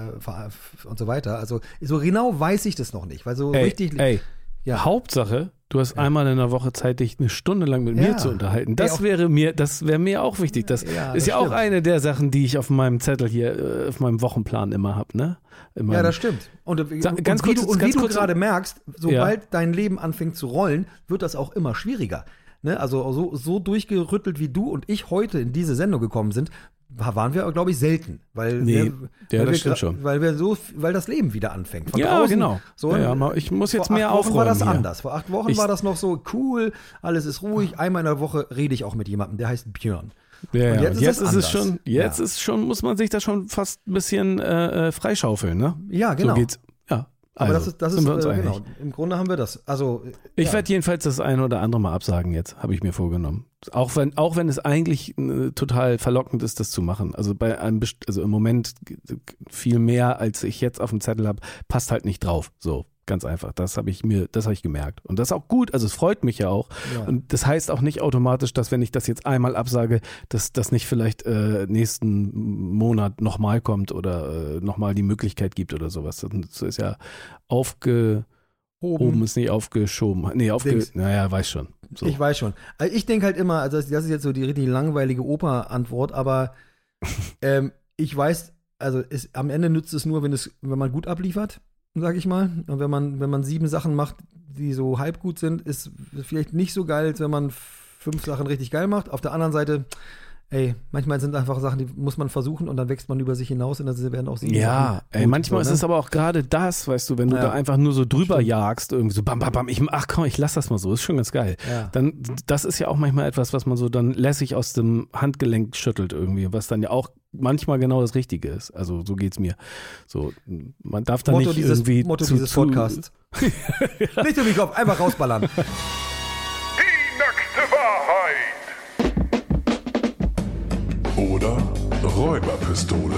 und so weiter. Also so genau weiß ich das noch nicht, weil so
Ey,
richtig.
ey.
Ja.
Hauptsache, du hast einmal in der Woche Zeit, dich eine Stunde lang mit
Ja.
mir zu unterhalten. Das
Ey, auch-
wäre mir, das wäre mir auch wichtig. Das
Ja,
ist
das
ja auch
stimmt.
eine der Sachen, die ich auf meinem Zettel hier, äh, auf meinem Wochenplan immer habe, ne? In
Ja,
meinem-
das stimmt. Und, äh,
Sag-
und
ganz
wie
kurz-
du, und
ganz
wie du
kurz-
gerade merkst, sobald dein Leben anfängt zu rollen, wird das auch immer schwieriger. Ne? Also so, so durchgerüttelt wie du und ich heute in diese Sendung gekommen sind, waren wir, glaube ich, selten. Weil
Nee,
wir,
ja,
weil
das
wir
stimmt
gra-
schon.
Weil wir so, weil das Leben wieder anfängt. Von
Ja,
draußen,
genau.
So,
Ja, ja, mal- ich muss jetzt
vor
mehr
acht Wochen war das
aufräumen hier.
anders. Vor acht Wochen
Ich-
war das noch so cool, alles ist ruhig. Einmal in der Woche rede ich auch mit jemandem, der heißt Björn.
Ja,
Und
ja.
jetzt ist
Jetzt,
es
ist, es
anders.
schon, jetzt
Ja.
ist schon, muss man sich da schon fast ein bisschen äh, äh, freischaufeln, ne?
Ja, genau.
So geht's. Ja.
Aber
also,
das ist, das
sind
ist
wir uns
äh,
einig.
genau. Im Grunde haben wir das. Also
Ich
ja.
werde jedenfalls das eine oder andere mal absagen jetzt, habe ich mir vorgenommen. Auch wenn, auch wenn es eigentlich äh, total verlockend ist, das zu machen. Also bei einem, best- also im Moment viel mehr, als ich jetzt auf dem Zettel habe, passt halt nicht drauf. So, ganz einfach. Das habe ich mir, das habe ich gemerkt. Und das ist auch gut, also es freut mich ja auch.
Ja.
Und das heißt auch nicht automatisch, dass wenn ich das jetzt einmal absage, dass das nicht vielleicht äh, nächsten Monat nochmal kommt oder äh, nochmal die Möglichkeit gibt oder sowas. Das ist ja aufge... Oben ist nicht aufgeschoben. Nee, aufge...
Dings.
Naja, weiß schon. So.
Ich weiß schon. Also ich denke halt immer, also das das ist jetzt so die richtig langweilige Oper-Antwort, aber ähm, ich weiß, also es, am Ende nützt es nur, wenn es, wenn man gut abliefert, sag ich mal. Und wenn man, wenn man sieben Sachen macht, die so halb gut sind, ist es vielleicht nicht so geil, als wenn man fünf Sachen richtig geil macht. Auf der anderen Seite, ey, manchmal sind einfach Sachen, die muss man versuchen und dann wächst man über sich hinaus und dann werden auch sieben
Ja,
Sachen
ey,
gut,
manchmal
so,
ist
ne?
es aber auch gerade das, weißt du, wenn du
Ja.
da einfach nur so drüber
Stimmt.
jagst, irgendwie so bam, bam, bam, ich, ach komm, ich lass das mal so, ist schon ganz geil.
Ja.
Dann, das ist ja auch manchmal etwas, was man so dann lässig aus dem Handgelenk schüttelt irgendwie, was dann ja auch manchmal genau das Richtige ist. Also so geht's mir. So, man darf da
Motto
nicht
dieses,
irgendwie
Motto
zu,
dieses
zu,
Podcasts. Nicht um den Kopf, einfach rausballern.
Die nackte Wahrheit. Oder Räuberpistole.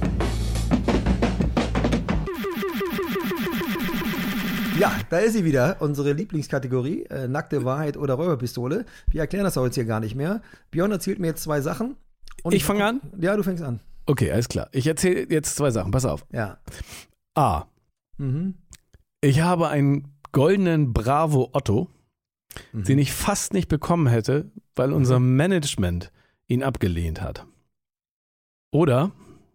Ja, da ist sie wieder, unsere Lieblingskategorie, äh, nackte Wahrheit oder Räuberpistole. Wir erklären das auch jetzt hier gar nicht mehr. Björn erzählt mir jetzt zwei Sachen. Und
Ich fange an?
Ja, du fängst an.
Okay, alles klar. Ich erzähle jetzt zwei Sachen. Pass auf.
Ja.
A.
Mhm.
Ich habe einen goldenen Bravo Otto,
Mhm.
den ich fast nicht bekommen hätte, weil unser Management ihn abgelehnt hat. Oder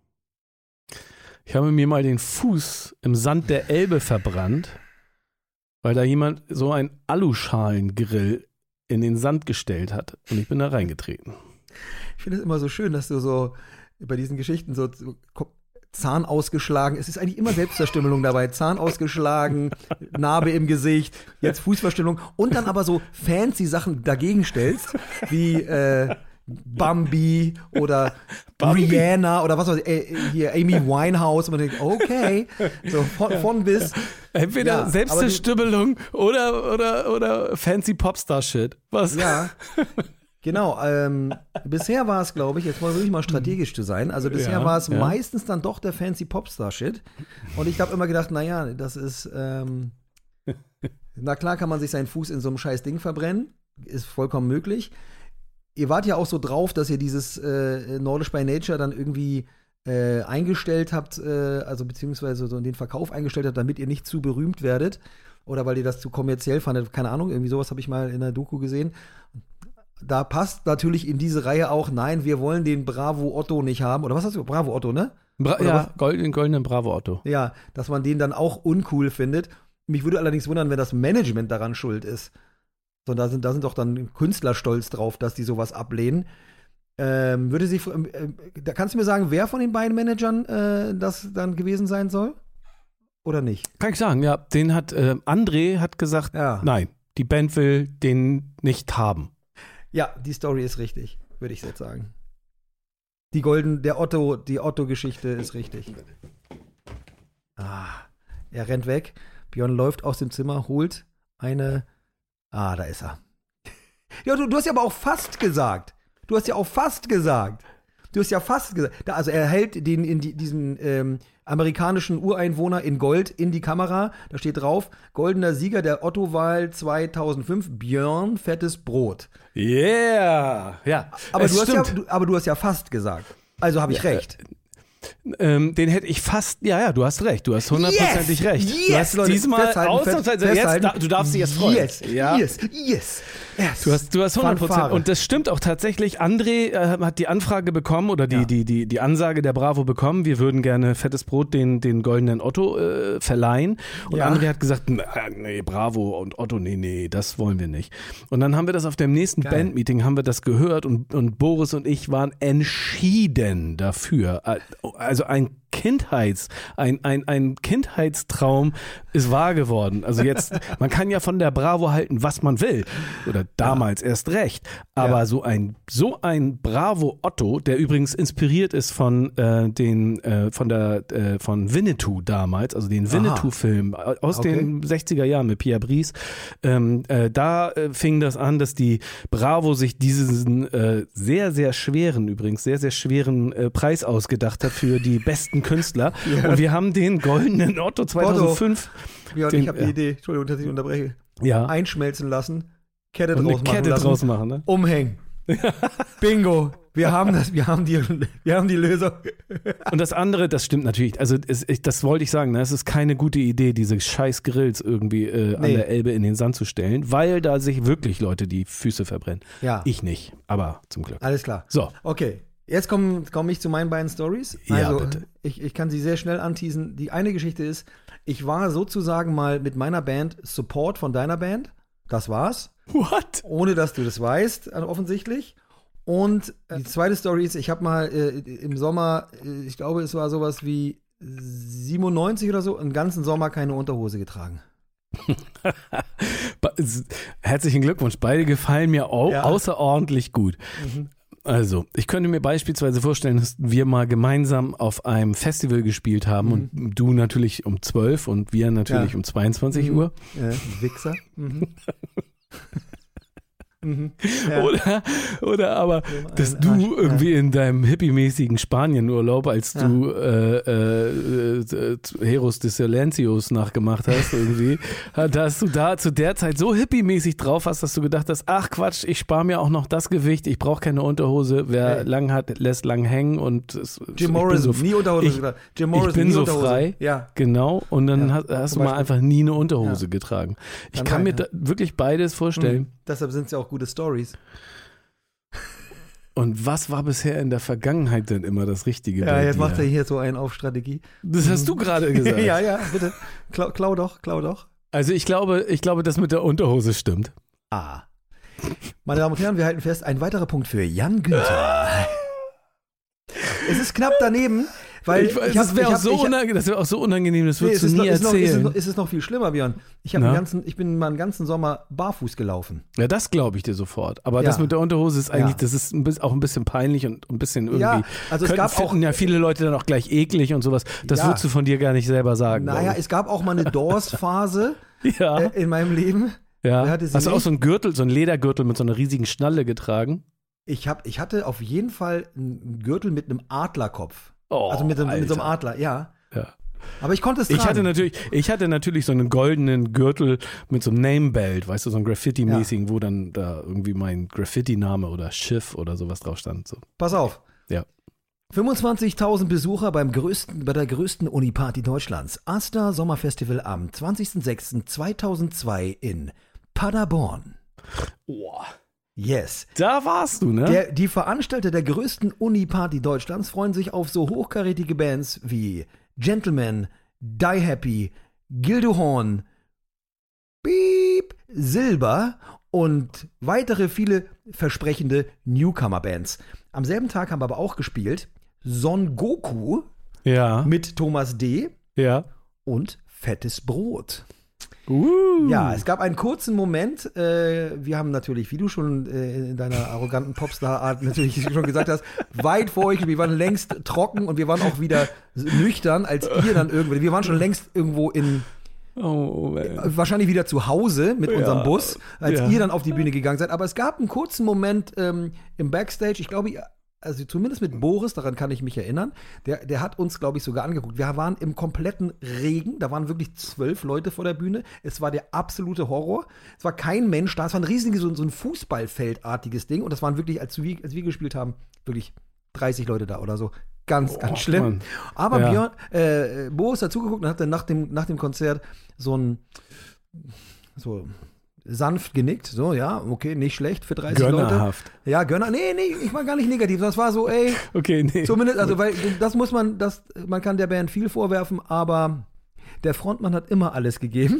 ich habe mir mal den Fuß im Sand der Elbe verbrannt, weil da jemand so einen Aluschalengrill in den Sand gestellt hat und ich bin da reingetreten.
Ich finde es immer so schön, dass du so bei diesen Geschichten so, so Zahn ausgeschlagen, es ist eigentlich immer Selbstverstümmelung dabei, Zahn ausgeschlagen, Narbe im Gesicht, jetzt Fußverstümmelung und dann aber so fancy Sachen dagegen stellst, wie äh, Bambi oder
Bambi.
Rihanna oder was weiß ich, äh, hier Amy Winehouse und man denkt, okay, so von, ja. von bis.
Entweder
Ja,
Selbstverstümmelung oder, oder, oder fancy Popstar-Shit. Was?
Ja, genau. Ähm, bisher war es, glaube ich, jetzt mal wirklich mal strategisch zu sein, also bisher
Ja,
war es
ja.
meistens dann doch der fancy Popstar-Shit und ich habe immer gedacht, naja, das ist, ähm, na klar kann man sich seinen Fuß in so einem scheiß Ding verbrennen, ist vollkommen möglich. Ihr wart ja auch so drauf, dass ihr dieses äh, Nordisch by Nature dann irgendwie äh, eingestellt habt, äh, also beziehungsweise so in den Verkauf eingestellt habt, damit ihr nicht zu berühmt werdet oder weil ihr das zu kommerziell fandet, keine Ahnung, irgendwie sowas habe ich mal in der Doku gesehen. Da passt natürlich in diese Reihe auch, nein, wir wollen den Bravo Otto nicht haben, oder was hast du, Bravo Otto, ne?
Bra-
Oder
ja,
was?
Gold, den goldenen Bravo Otto.
Ja, dass man den dann auch uncool findet. Mich würde allerdings wundern, wenn das Management daran schuld ist. So, da sind, da sind doch dann Künstler stolz drauf, dass die sowas ablehnen. Ähm, würde sie, äh, da kannst du mir sagen, wer von den beiden Managern äh, das dann gewesen sein soll? Oder nicht?
Kann ich sagen, ja. Den hat, äh, André hat gesagt,
Ja.
nein, die Band will den nicht haben.
Ja, die Story ist richtig, würde ich jetzt sagen. Die Golden, der Otto, die Otto-Geschichte ist richtig. Ah, er rennt weg. Björn läuft aus dem Zimmer, holt eine. Ah, da ist er. Ja, du, du hast ja aber auch fast gesagt. Du hast ja auch fast gesagt. Du hast ja fast gesagt. Da, also er hält den in die, diesen ähm, amerikanischen Ureinwohner in Gold in die Kamera. Da steht drauf: goldener Sieger der Otto-Wahl zweitausendfünf, Björn Fettes Brot.
Yeah! Ja,
Aber,
es
du hast, ja,
stimmt.
du, aber du hast ja fast gesagt. Also habe ich
Ja,
recht.
Ähm, den hätte ich fast, ja, ja, du hast recht, du hast hundertprozentig
Yes!
recht.
Yes,
du hast
Leute,
diesmal
festhalten,
ausnahmsweise,
fest-
jetzt,
festhalten.
da, du darfst dich jetzt freuen.
Yes,
ja.
yes, yes, yes.
Du hast, du hast hundert Prozent.
Fanfare.
Und das stimmt auch tatsächlich. André äh, hat die Anfrage bekommen oder die,
Ja.
die, die, die Ansage der Bravo bekommen, wir würden gerne Fettes Brot den, den goldenen Otto äh, verleihen. Und
Ja.
André hat gesagt, nee, nee, Bravo und Otto, nee, nee, das wollen wir nicht. Und dann haben wir das auf dem nächsten
Geil.
Bandmeeting, haben wir das gehört und, und Boris und ich waren entschieden dafür. Also ein Kindheits, ein, ein, ein Kindheitstraum ist wahr geworden. Also jetzt, man kann ja von der Bravo halten, was man will. Oder damals erst recht. Aber
Ja.
so ein, so ein Bravo Otto, der übrigens inspiriert ist von äh, den, äh, von der, äh, von Winnetou damals, also den Winnetou-Film aus
Okay.
den sechziger Jahren mit Pierre Brice. Ähm, äh, da äh, fing das an, dass die Bravo sich diesen äh, sehr, sehr schweren, übrigens sehr, sehr schweren äh, Preis ausgedacht hat für die besten Künstler.
Ja.
Und wir haben den goldenen Otto zweitausendfünf
Björn,
den,
ich habe die
ja.
Idee, Entschuldigung, dass ich unterbreche,
ja,
einschmelzen lassen, Kette
und
draus
eine
machen
Kette
lassen,
draus machen. Ne?
umhängen. Bingo, wir haben das, wir haben die, wir haben die Lösung.
Und das andere, das stimmt natürlich. Also es, ich, das wollte ich sagen, ne? Es ist keine gute Idee, diese scheiß Grills irgendwie äh, an
Nee.
der Elbe in den Sand zu stellen, weil da sich wirklich Leute die Füße verbrennen.
Ja,
Ich nicht, aber zum Glück.
alles klar.
So,
Okay, jetzt komme komm ich zu meinen beiden Stories.
Ja,
Also,
bitte.
Ich, ich kann sie sehr schnell anteasen. Die eine Geschichte ist, ich war sozusagen mal mit meiner Band Support von deiner Band. Das war's.
what?
Ohne dass du das weißt, äh, offensichtlich. Und äh, die zweite Story ist, ich habe mal äh, im Sommer, äh, ich glaube, es war sowas wie siebenundneunzig oder so, einen ganzen Sommer keine Unterhose getragen.
Ba- s- Herzlichen Glückwunsch, beide gefallen mir au
Ja.
außerordentlich gut.
Mhm.
Also, ich könnte mir beispielsweise vorstellen, dass wir mal gemeinsam auf einem Festival gespielt haben und du natürlich um zwölf und wir natürlich
Ja.
um zweiundzwanzig
Mhm.
Uhr.
Äh, Wichser. Mhm. Ja.
Oder, oder aber, dass
ein
du
Arsch,
irgendwie in deinem hippie-mäßigen Spanienurlaub, als
Ja.
du äh, äh, äh, Heros de Silencios nachgemacht hast, irgendwie, dass du da zu der Zeit so hippie-mäßig drauf hast, dass du gedacht hast, ach Quatsch, ich spare mir auch noch das Gewicht, ich brauche keine Unterhose, wer
Hey.
lang hat, lässt lang hängen und es,
Jim
ich bin
Morrison,
so,
nie Unterhose.
ich-
getragen. Jim
ich
Morrison,
bin
nie
so
Unterhose.
frei.
Ja.
Genau, und dann
Ja,
hast, hast
zum
du mal
Beispiel.
einfach nie eine Unterhose
Ja.
getragen. Ich
Kann
kann
sein,
mir
ja.
da wirklich beides vorstellen.
Mhm. Deshalb sind es ja auch gute Stories.
Und was war bisher in der Vergangenheit denn immer das Richtige
Ja,
bei
jetzt
dir?
macht er hier so einen auf Strategie.
Das hast du gerade gesagt.
ja, ja, bitte. Klau, klau doch, klau doch.
Also ich glaube, ich glaube, das mit der Unterhose stimmt.
Ah. Meine Damen und Herren, wir halten fest, ein weiterer Punkt für Jan Günther. Es ist knapp daneben, weil
ich weiß,
ich hab,
das wäre
ich
auch,
hab,
so
ich hab,
unangenehm, das wär auch so unangenehm, das
nee,
würdest
es
du
ist,
nie
noch, ist, noch, ist, es
erzählen.
noch, ist es noch viel schlimmer, Björn. Ich, hab
Na?
den ganzen, ich bin meinen ganzen Sommer barfuß gelaufen.
Ja, das glaube ich dir sofort. Aber
Ja.
das mit der Unterhose ist eigentlich,
Ja.
das ist ein bisschen, auch ein bisschen peinlich und ein bisschen irgendwie.
Ja, also es
Könnten-
gab auch-
finden ja viele Leute dann auch gleich eklig und sowas. Das
Ja.
würdest du von dir gar nicht selber sagen.
Naja,
glaub
es gab auch mal eine Doors-Phase
ich. ja.
äh, in meinem Leben.
ja.
wer hatte sie
Hast du auch
nicht?
so einen Gürtel, so einen Ledergürtel mit so einer riesigen Schnalle getragen?
Ich, hab, ich hatte auf jeden Fall einen Gürtel mit einem Adlerkopf.
Oh,
also mit, einem- mit so einem
Alter.
Adler, ja.
Ja.
Aber ich konnte es tragen.
Ich hatte natürlich, ich hatte natürlich so einen goldenen Gürtel mit so einem Namebelt, weißt du, so ein Graffiti-mäßigen, wo dann da irgendwie mein Graffiti-Name oder Schiff oder sowas drauf stand. So.
Pass auf.
Ja.
fünfundzwanzigtausend Besucher beim größten, bei der größten Uniparty Deutschlands. Asta Sommerfestival am zwanzigsten sechsten zweitausendzwei in Paderborn.
Oh.
Yes.
Da warst du, ne?
Der, die Veranstalter der größten Uniparty Deutschlands freuen sich auf so hochkarätige Bands wie Gentleman, Die Happy, Gildehorn, Beep, Silber und weitere viele versprechende Newcomer-Bands. Am selben Tag haben wir aber auch gespielt Son Goku
ja.
mit Thomas D.
Ja.
und Fettes Brot.
Uh.
Ja, es gab einen kurzen Moment. Äh, wir haben natürlich, wie du schon äh, in deiner arroganten Popstar-Art natürlich schon gesagt hast, weit vor euch. Wir waren längst trocken und wir waren auch wieder nüchtern, als ihr dann irgendwie. Wir waren schon längst irgendwo in.
Oh, man.
Wahrscheinlich wieder zu Hause mit unserem
Ja,
Bus, als
ja.
ihr dann auf die Bühne gegangen seid. Aber es gab einen kurzen Moment ähm, im Backstage. Ich glaube, also zumindest mit Boris, daran kann ich mich erinnern. Der, der hat uns, glaube ich, sogar angeguckt. Wir waren im kompletten Regen. Da waren wirklich zwölf Leute vor der Bühne. Es war der absolute Horror. Es war kein Mensch da. Es war ein riesiges, so, so ein Fußballfeldartiges Ding. Und das waren wirklich, als wir, als wir gespielt haben, wirklich dreißig Leute da oder so. Ganz, ganz schlimm.
Mann.
Aber
Ja.
Björn, äh, Boris hat zugeguckt und hat dann nach dem, nach dem Konzert so ein so sanft genickt, so, ja, okay, nicht schlecht für dreißig Leute.
Gönnerhaft.
Ja, Gönner, nee, nee, ich war gar nicht negativ, das war so, ey,
Okay, nee.
zumindest, also, weil, das muss man, das, man kann der Band viel vorwerfen, aber der Frontmann hat immer alles gegeben.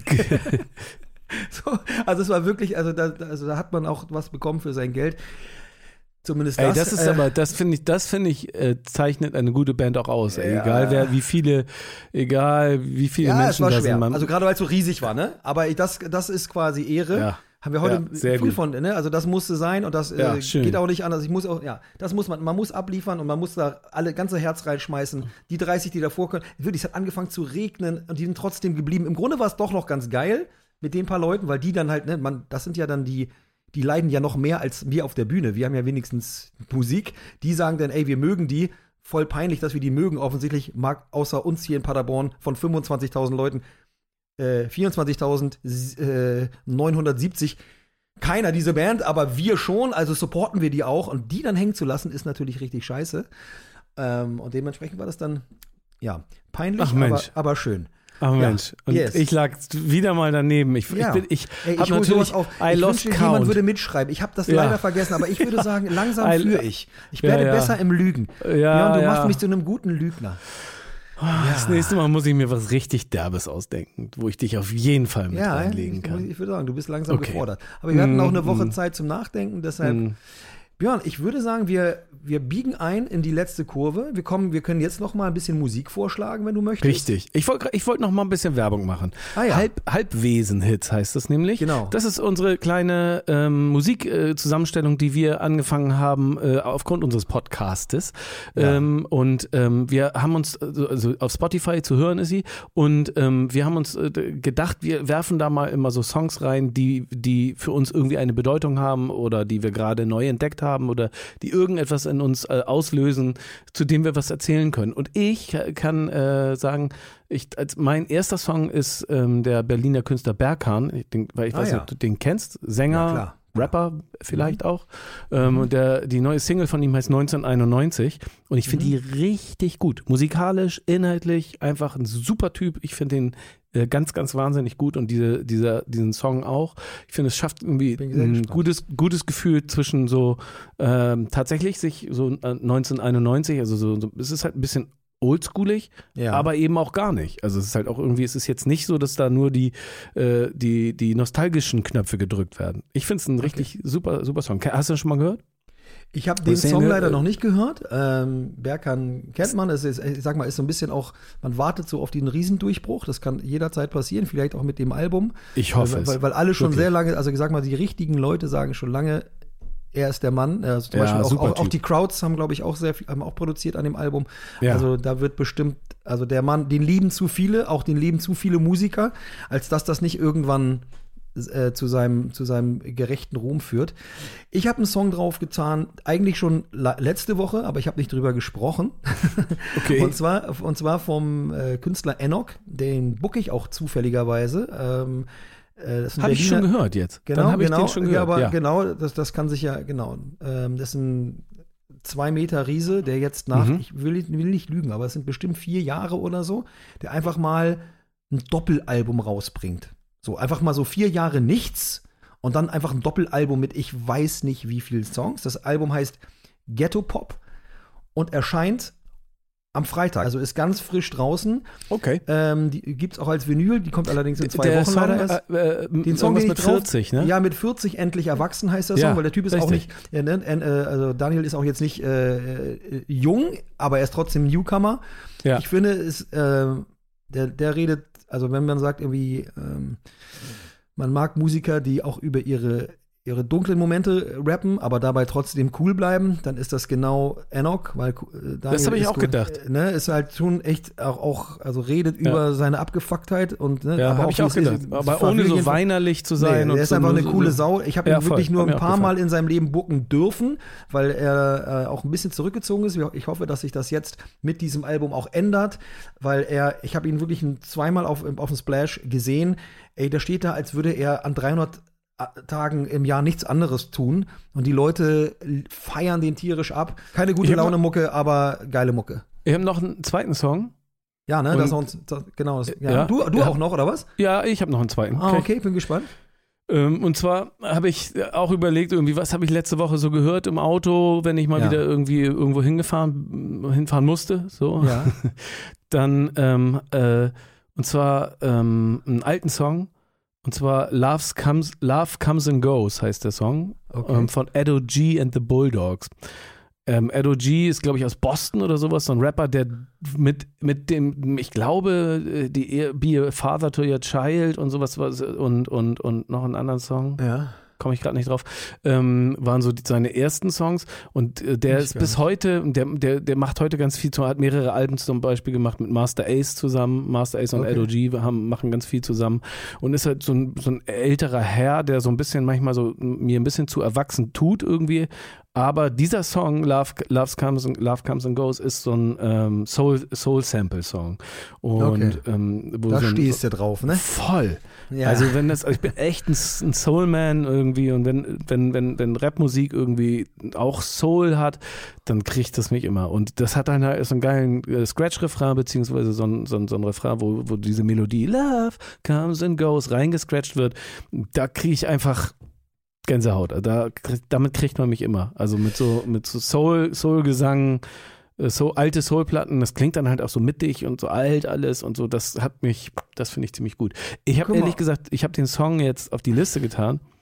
so, also es war wirklich, also da, also da hat man auch was bekommen für sein Geld. Zumindest
Ey,
das.
das ist
äh,
aber, das finde ich, das finde ich, äh, zeichnet eine gute Band auch aus. Ey.
Ja.
Egal wer, wie viele, egal wie viele
ja, es
Menschen
war
da
schwer.
sind. Man,
Also gerade weil es so riesig war, ne? Aber ich, das, das ist quasi Ehre.
Ja.
Haben wir heute
Ja, sehr
viel
gut.
von, ne? Also das musste sein und das
Ja,
äh,
schön.
geht auch nicht anders. Ich muss auch, ja, das muss man, man muss abliefern und man muss da alle ganze Herz reinschmeißen. Die dreißig, die davor können, wirklich, es hat angefangen zu regnen und die sind trotzdem geblieben. Im Grunde war es doch noch ganz geil mit den paar Leuten, weil die dann halt, ne, man, das sind ja dann die, die leiden ja noch mehr als wir auf der Bühne. Wir haben ja wenigstens Musik. Die sagen dann, ey, wir mögen die. Voll peinlich, dass wir die mögen. Offensichtlich mag außer uns hier in Paderborn von fünfundzwanzigtausend Leuten äh, vierundzwanzigtausendneunhundertsiebzig keiner diese Band, aber wir schon, also supporten wir die auch. Und die dann hängen zu lassen, ist natürlich richtig scheiße. Ähm, und dementsprechend war das dann, ja, peinlich,
Ach,
aber,
Mensch.
aber schön.
Ach Mensch, und
yes.
ich lag wieder mal daneben. Ich,
Ja.
ich, bin, ich
Ey,
habe
hol
natürlich,
sowas auf.
I
ich
lost
wünschte,
count.
jemand würde mitschreiben. Ich habe das
Ja.
leider vergessen, aber ich würde sagen, langsam
I-
führe ich. Ich
Ja,
werde
ja.
besser im Lügen.
Ja,
Ja, und du
ja.
machst mich zu einem guten Lügner.
Das nächste Mal muss ich mir was richtig Derbes ausdenken, wo ich dich auf jeden Fall mit
Ja,
reinlegen
ich,
kann.
ich würde sagen, du bist langsam
Okay.
gefordert. Aber wir hatten auch eine
Mm,
Woche
mm.
Zeit zum Nachdenken, deshalb
Mm.
Björn, ich würde sagen, wir, wir biegen ein in die letzte Kurve. Wir kommen, wir können jetzt noch mal ein bisschen Musik vorschlagen, wenn du möchtest.
Richtig. Ich wollte ich wollt noch mal ein bisschen Werbung machen.
Ah, ja.
Halb, Halbwesen-Hits heißt das nämlich.
Genau.
Das ist unsere kleine ähm, Musikzusammenstellung, die wir angefangen haben äh, aufgrund unseres Podcastes.
Ja.
Ähm, und ähm, wir haben uns, also, also auf Spotify zu hören ist sie, und ähm, wir haben uns äh, gedacht, wir werfen da mal immer so Songs rein, die, die für uns irgendwie eine Bedeutung haben oder die wir gerade neu entdeckt haben. haben oder die irgendetwas in uns äh, auslösen, zu dem wir was erzählen können. Und ich kann äh, sagen, ich, als mein erster Song ist ähm, der Berliner Künstler Berkan, ich denk, weil ich
Ah,
weiß
ja.
nicht, ob du den kennst, Sänger,
Ja, klar.
Rapper vielleicht
Mhm.
auch. Ähm, und der, die neue Single von ihm heißt neunzehnhunderteinundneunzig und ich finde
Mhm.
die richtig gut. Musikalisch, inhaltlich, einfach ein super Typ. Ich finde den äh, ganz, ganz wahnsinnig gut und diese, dieser, diesen Song auch. Ich finde, es schafft irgendwie
Bin sehr
ein
gespannt.
gutes, gutes Gefühl zwischen so ähm, tatsächlich sich so äh, neunzehnhunderteinundneunzig, also so, so, es ist halt ein bisschen oldschoolig,
Ja.
aber eben auch gar nicht. Also es ist halt auch irgendwie, es ist jetzt nicht so, dass da nur die, äh, die, die nostalgischen Knöpfe gedrückt werden. Ich finde es ein richtig super, super Song. Hast du den schon mal gehört?
Ich habe den
Was sehen
Song
wir,
leider
äh,
noch nicht gehört. Ähm, Berkan kennt man. Es ist, ich sag mal, ist so ein bisschen auch, man wartet so auf den Riesendurchbruch. Das kann jederzeit passieren, vielleicht auch mit dem Album.
Ich hoffe
weil, weil,
es.
weil alle schon
Wirklich.
sehr lange, also ich sag mal, die richtigen Leute sagen schon lange, er ist der Mann. Also zum
Ja,
Beispiel auch,
super
auch, auch
Typ.
die Crowds haben, glaube ich, auch sehr viel, haben auch produziert an dem Album.
Ja.
Also da wird bestimmt, also der Mann, den lieben zu viele, auch den lieben zu viele Musiker, als dass das nicht irgendwann äh, zu seinem, zu seinem gerechten Ruhm führt. Ich habe einen Song drauf getan, eigentlich schon la- letzte Woche, aber ich habe nicht drüber gesprochen.
Okay.
Und zwar, und zwar vom äh, Künstler Enoch, den book ich auch zufälligerweise. Ähm, äh, das ist ein
Habe ich
Berliner-
schon gehört jetzt.
Genau,
Dann habe
genau,
ich den schon
ja,
gehört.
aber
Ja.
genau, das, das kann sich ja, genau. Ähm, das ist ein zwei Meter Riese, der jetzt nach,
Mhm.
ich will, will nicht lügen, aber es sind bestimmt vier Jahre oder so, der einfach mal ein Doppelalbum rausbringt. So, einfach mal so vier Jahre nichts und dann einfach ein Doppelalbum mit ich weiß nicht wie vielen Songs. Das Album heißt Ghetto Pop und erscheint am Freitag. Also ist ganz frisch draußen.
Okay.
Ähm, die gibt's auch als Vinyl, die kommt allerdings in zwei
der
Wochen
Song,
leider erst.
äh, äh,
Den Song,
irgendwas
den
mit
ich drauf,
vierzig, ne?
Ja, mit vierzig endlich erwachsen heißt der
Ja,
Song, weil der Typ ist auch
richtig.
nicht, ja, ne, äh, also Daniel ist auch jetzt nicht äh, äh, jung, aber er ist trotzdem Newcomer.
Ja.
Ich finde, es, äh, der, der redet, also wenn man sagt irgendwie, ähm, man mag Musiker, die auch über ihre ihre dunklen Momente rappen, aber dabei trotzdem cool bleiben, dann ist das genau Enoch, weil äh, Daniel
Das habe ich
ist
auch
gut,
gedacht.
äh, Ne, ist halt schon echt auch, auch also redet
Ja.
über seine Abgefucktheit und ne,
Ja,
aber
habe ich auch
wie es
gedacht.
ist,
Aber ohne so
Familien-
weinerlich zu sein.
Nee,
und
der ist
so,
einfach eine
so,
coole
so.
Sau. Ich habe
Ja,
ihn wirklich
voll.
nur
Hat mir
ein
auch
paar
gefallen.
Mal in seinem Leben booken dürfen, weil er äh, auch ein bisschen zurückgezogen ist. Ich hoffe, dass sich das jetzt mit diesem Album auch ändert, weil er, ich habe ihn wirklich ein, zweimal auf, auf dem Splash gesehen. Ey, der steht da, als würde er an dreihundert Tagen im Jahr nichts anderes tun und die Leute feiern den tierisch ab. Keine gute
Ich hab
Laune Mucke, aber geile Mucke.
Wir haben noch einen zweiten Song.
Ja, ne,
Und-
das uns das, genau. Das, ja.
Ja.
Du, du
Ja.
auch noch oder was?
Ja, ich habe noch einen zweiten.
Ah, okay, bin gespannt.
Ähm, und zwar habe ich auch überlegt, irgendwie, was habe ich letzte Woche so gehört im Auto, wenn ich mal
Ja.
wieder irgendwie irgendwo hingefahren, hinfahren musste. So.
Ja.
Dann, ähm, äh, und zwar ähm, einen alten Song. Und zwar Love's Comes, Love Comes and Goes heißt der Song.
Okay.
Ähm, von Edo G and the Bulldogs. Ähm, Edo G ist, glaube ich, aus Boston oder sowas, so ein Rapper, der mit, mit dem, ich glaube, die Ehe- Be a Father to Your Child und sowas was, und, und, und noch einen anderen Song,
Ja.
komme ich gerade nicht drauf, ähm, waren so die, seine ersten Songs und äh, der
Ich
ist
gar
bis
nicht.
heute, der, der, der macht heute ganz viel, zu- hat mehrere Alben zum Beispiel gemacht mit Master Ace zusammen, Master Ace und
Okay.
Edo G haben, machen ganz viel zusammen und ist halt so ein, so ein älterer Herr, der so ein bisschen manchmal so mir ein bisschen zu erwachsen tut irgendwie. Aber dieser Song, Love, Love, Comes, and, Love Comes and Goes, ist so ein ähm, Soul, Soul-Sample-Song. Und
Okay.
ähm, wo
Da
so ein,
stehst du drauf, ne?
voll.
Ja.
Also wenn das, also ich bin echt ein, ein Soul-Man irgendwie und wenn, wenn, wenn, wenn Rapmusik irgendwie auch Soul hat, dann kriegt das mich immer. Und das hat dann halt so einen geilen äh, Scratch-Refrain, beziehungsweise so ein, so ein, so ein Refrain, wo, wo diese Melodie Love Comes and Goes reingescratcht wird. Da kriege ich einfach Gänsehaut. Da, damit kriegt man mich immer. Also mit so, mit so Soul, Soul-Gesang, äh, so alte Soul-Platten, das klingt dann halt auch so mittig und so alt alles und so. Das hat mich, das finde ich ziemlich gut. Ich habe
Guck mal.
ehrlich gesagt, ich habe den Song jetzt auf die Liste getan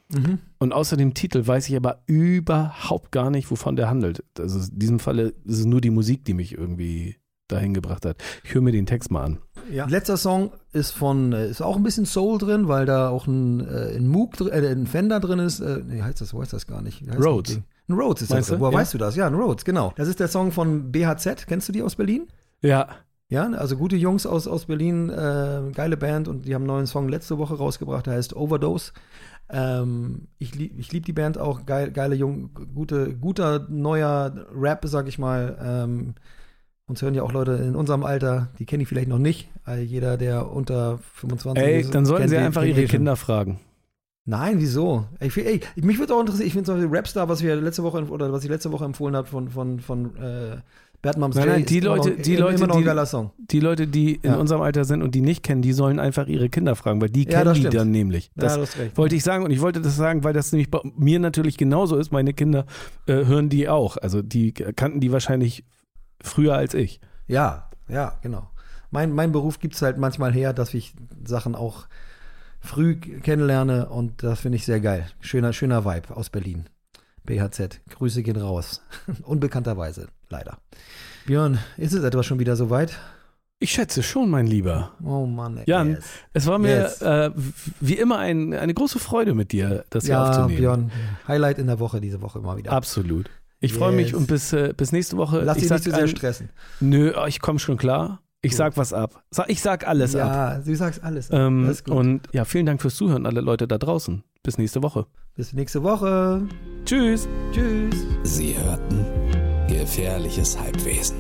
Mhm.
Und außer dem Titel weiß ich aber überhaupt gar nicht, wovon der handelt. Also in diesem Falle ist es nur die Musik, die mich irgendwie dahin gebracht hat. Ich höre mir den Text mal an.
Ja. Letzter Song ist von, ist auch ein bisschen Soul drin, weil da auch ein, äh, ein Moog, dr- äh, ein Fender drin ist. Äh, nee, heißt das, wo heißt das gar nicht? Wie heißt
Rhodes.
das Ding? Ein Rhodes ist
Meinst
das.
du?
Woher
Ja.
weißt du das? Ja, ein Rhodes, genau. Das ist der Song von B H Z. Kennst du die aus Berlin?
Ja.
Ja, also gute Jungs aus, aus Berlin, äh, geile Band und die haben einen neuen Song letzte Woche rausgebracht, der heißt Overdose. Ähm, ich lieb, ich lieb die Band auch, geil, geile Jung, gute, guter neuer Rap, sag ich mal. Ähm, uns hören ja auch Leute in unserem Alter, die kenne ich vielleicht noch nicht. Also jeder, der unter fünfundzwanzig
Ey,
ist,
dann sollten
kennt
sie
den-
einfach
kennt
ihre
den schon.
Kinder fragen.
Nein, wieso? Ey, ich, ey, mich würde auch interessieren, ich finde zum Beispiel Rapstar, was wir letzte Woche oder was ich letzte Woche empfohlen habe von, von, von äh, Bad Moms
Nein,
Day,
nein, die
ist immer
Leute-
noch,
die
immer
Leute,
noch ein
die-
geiler Song.
Die Leute, die in
Ja.
unserem Alter sind und die nicht kennen, die sollen einfach ihre Kinder fragen, weil die
Ja,
kennen
das
die
stimmt.
dann nämlich. Das
ja, du hast recht.
wollte ich sagen und ich wollte das sagen, weil das nämlich bei mir natürlich genauso ist. Meine Kinder äh, hören die auch. Also die kannten die wahrscheinlich früher als ich.
Ja, ja, genau. Mein, mein Beruf gibt es halt manchmal her, dass ich Sachen auch früh kennenlerne und das finde ich sehr geil. Schöner, schöner Vibe aus Berlin. B H Z, Grüße gehen raus. Unbekannterweise, leider. Björn, ist es etwa schon wieder soweit?
Ich schätze schon, mein Lieber.
Oh Mann, ey.
Jan,
yes.
es war mir
Yes.
äh, wie immer ein, eine große Freude mit dir, das hier
Ja,
aufzunehmen.
Björn, Highlight in der Woche, diese Woche immer wieder.
Absolut. Ich freue mich
Yes.
und bis, äh, bis nächste Woche.
Lass
ich
dich nicht zu sehr
ein-
stressen.
Nö, ich komme schon klar. Ich sag was ab. Sag- Ich sag alles ab.
Ja, du sagst alles. ab.
Ähm,
das ist gut.
und ja, vielen Dank fürs Zuhören, alle Leute da draußen. Bis nächste Woche.
Bis nächste Woche.
Tschüss.
Tschüss.
Sie hörten Gefährliches Halbwesen.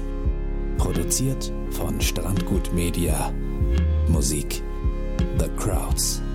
Produziert von Strandgut Media. Musik The Crowds.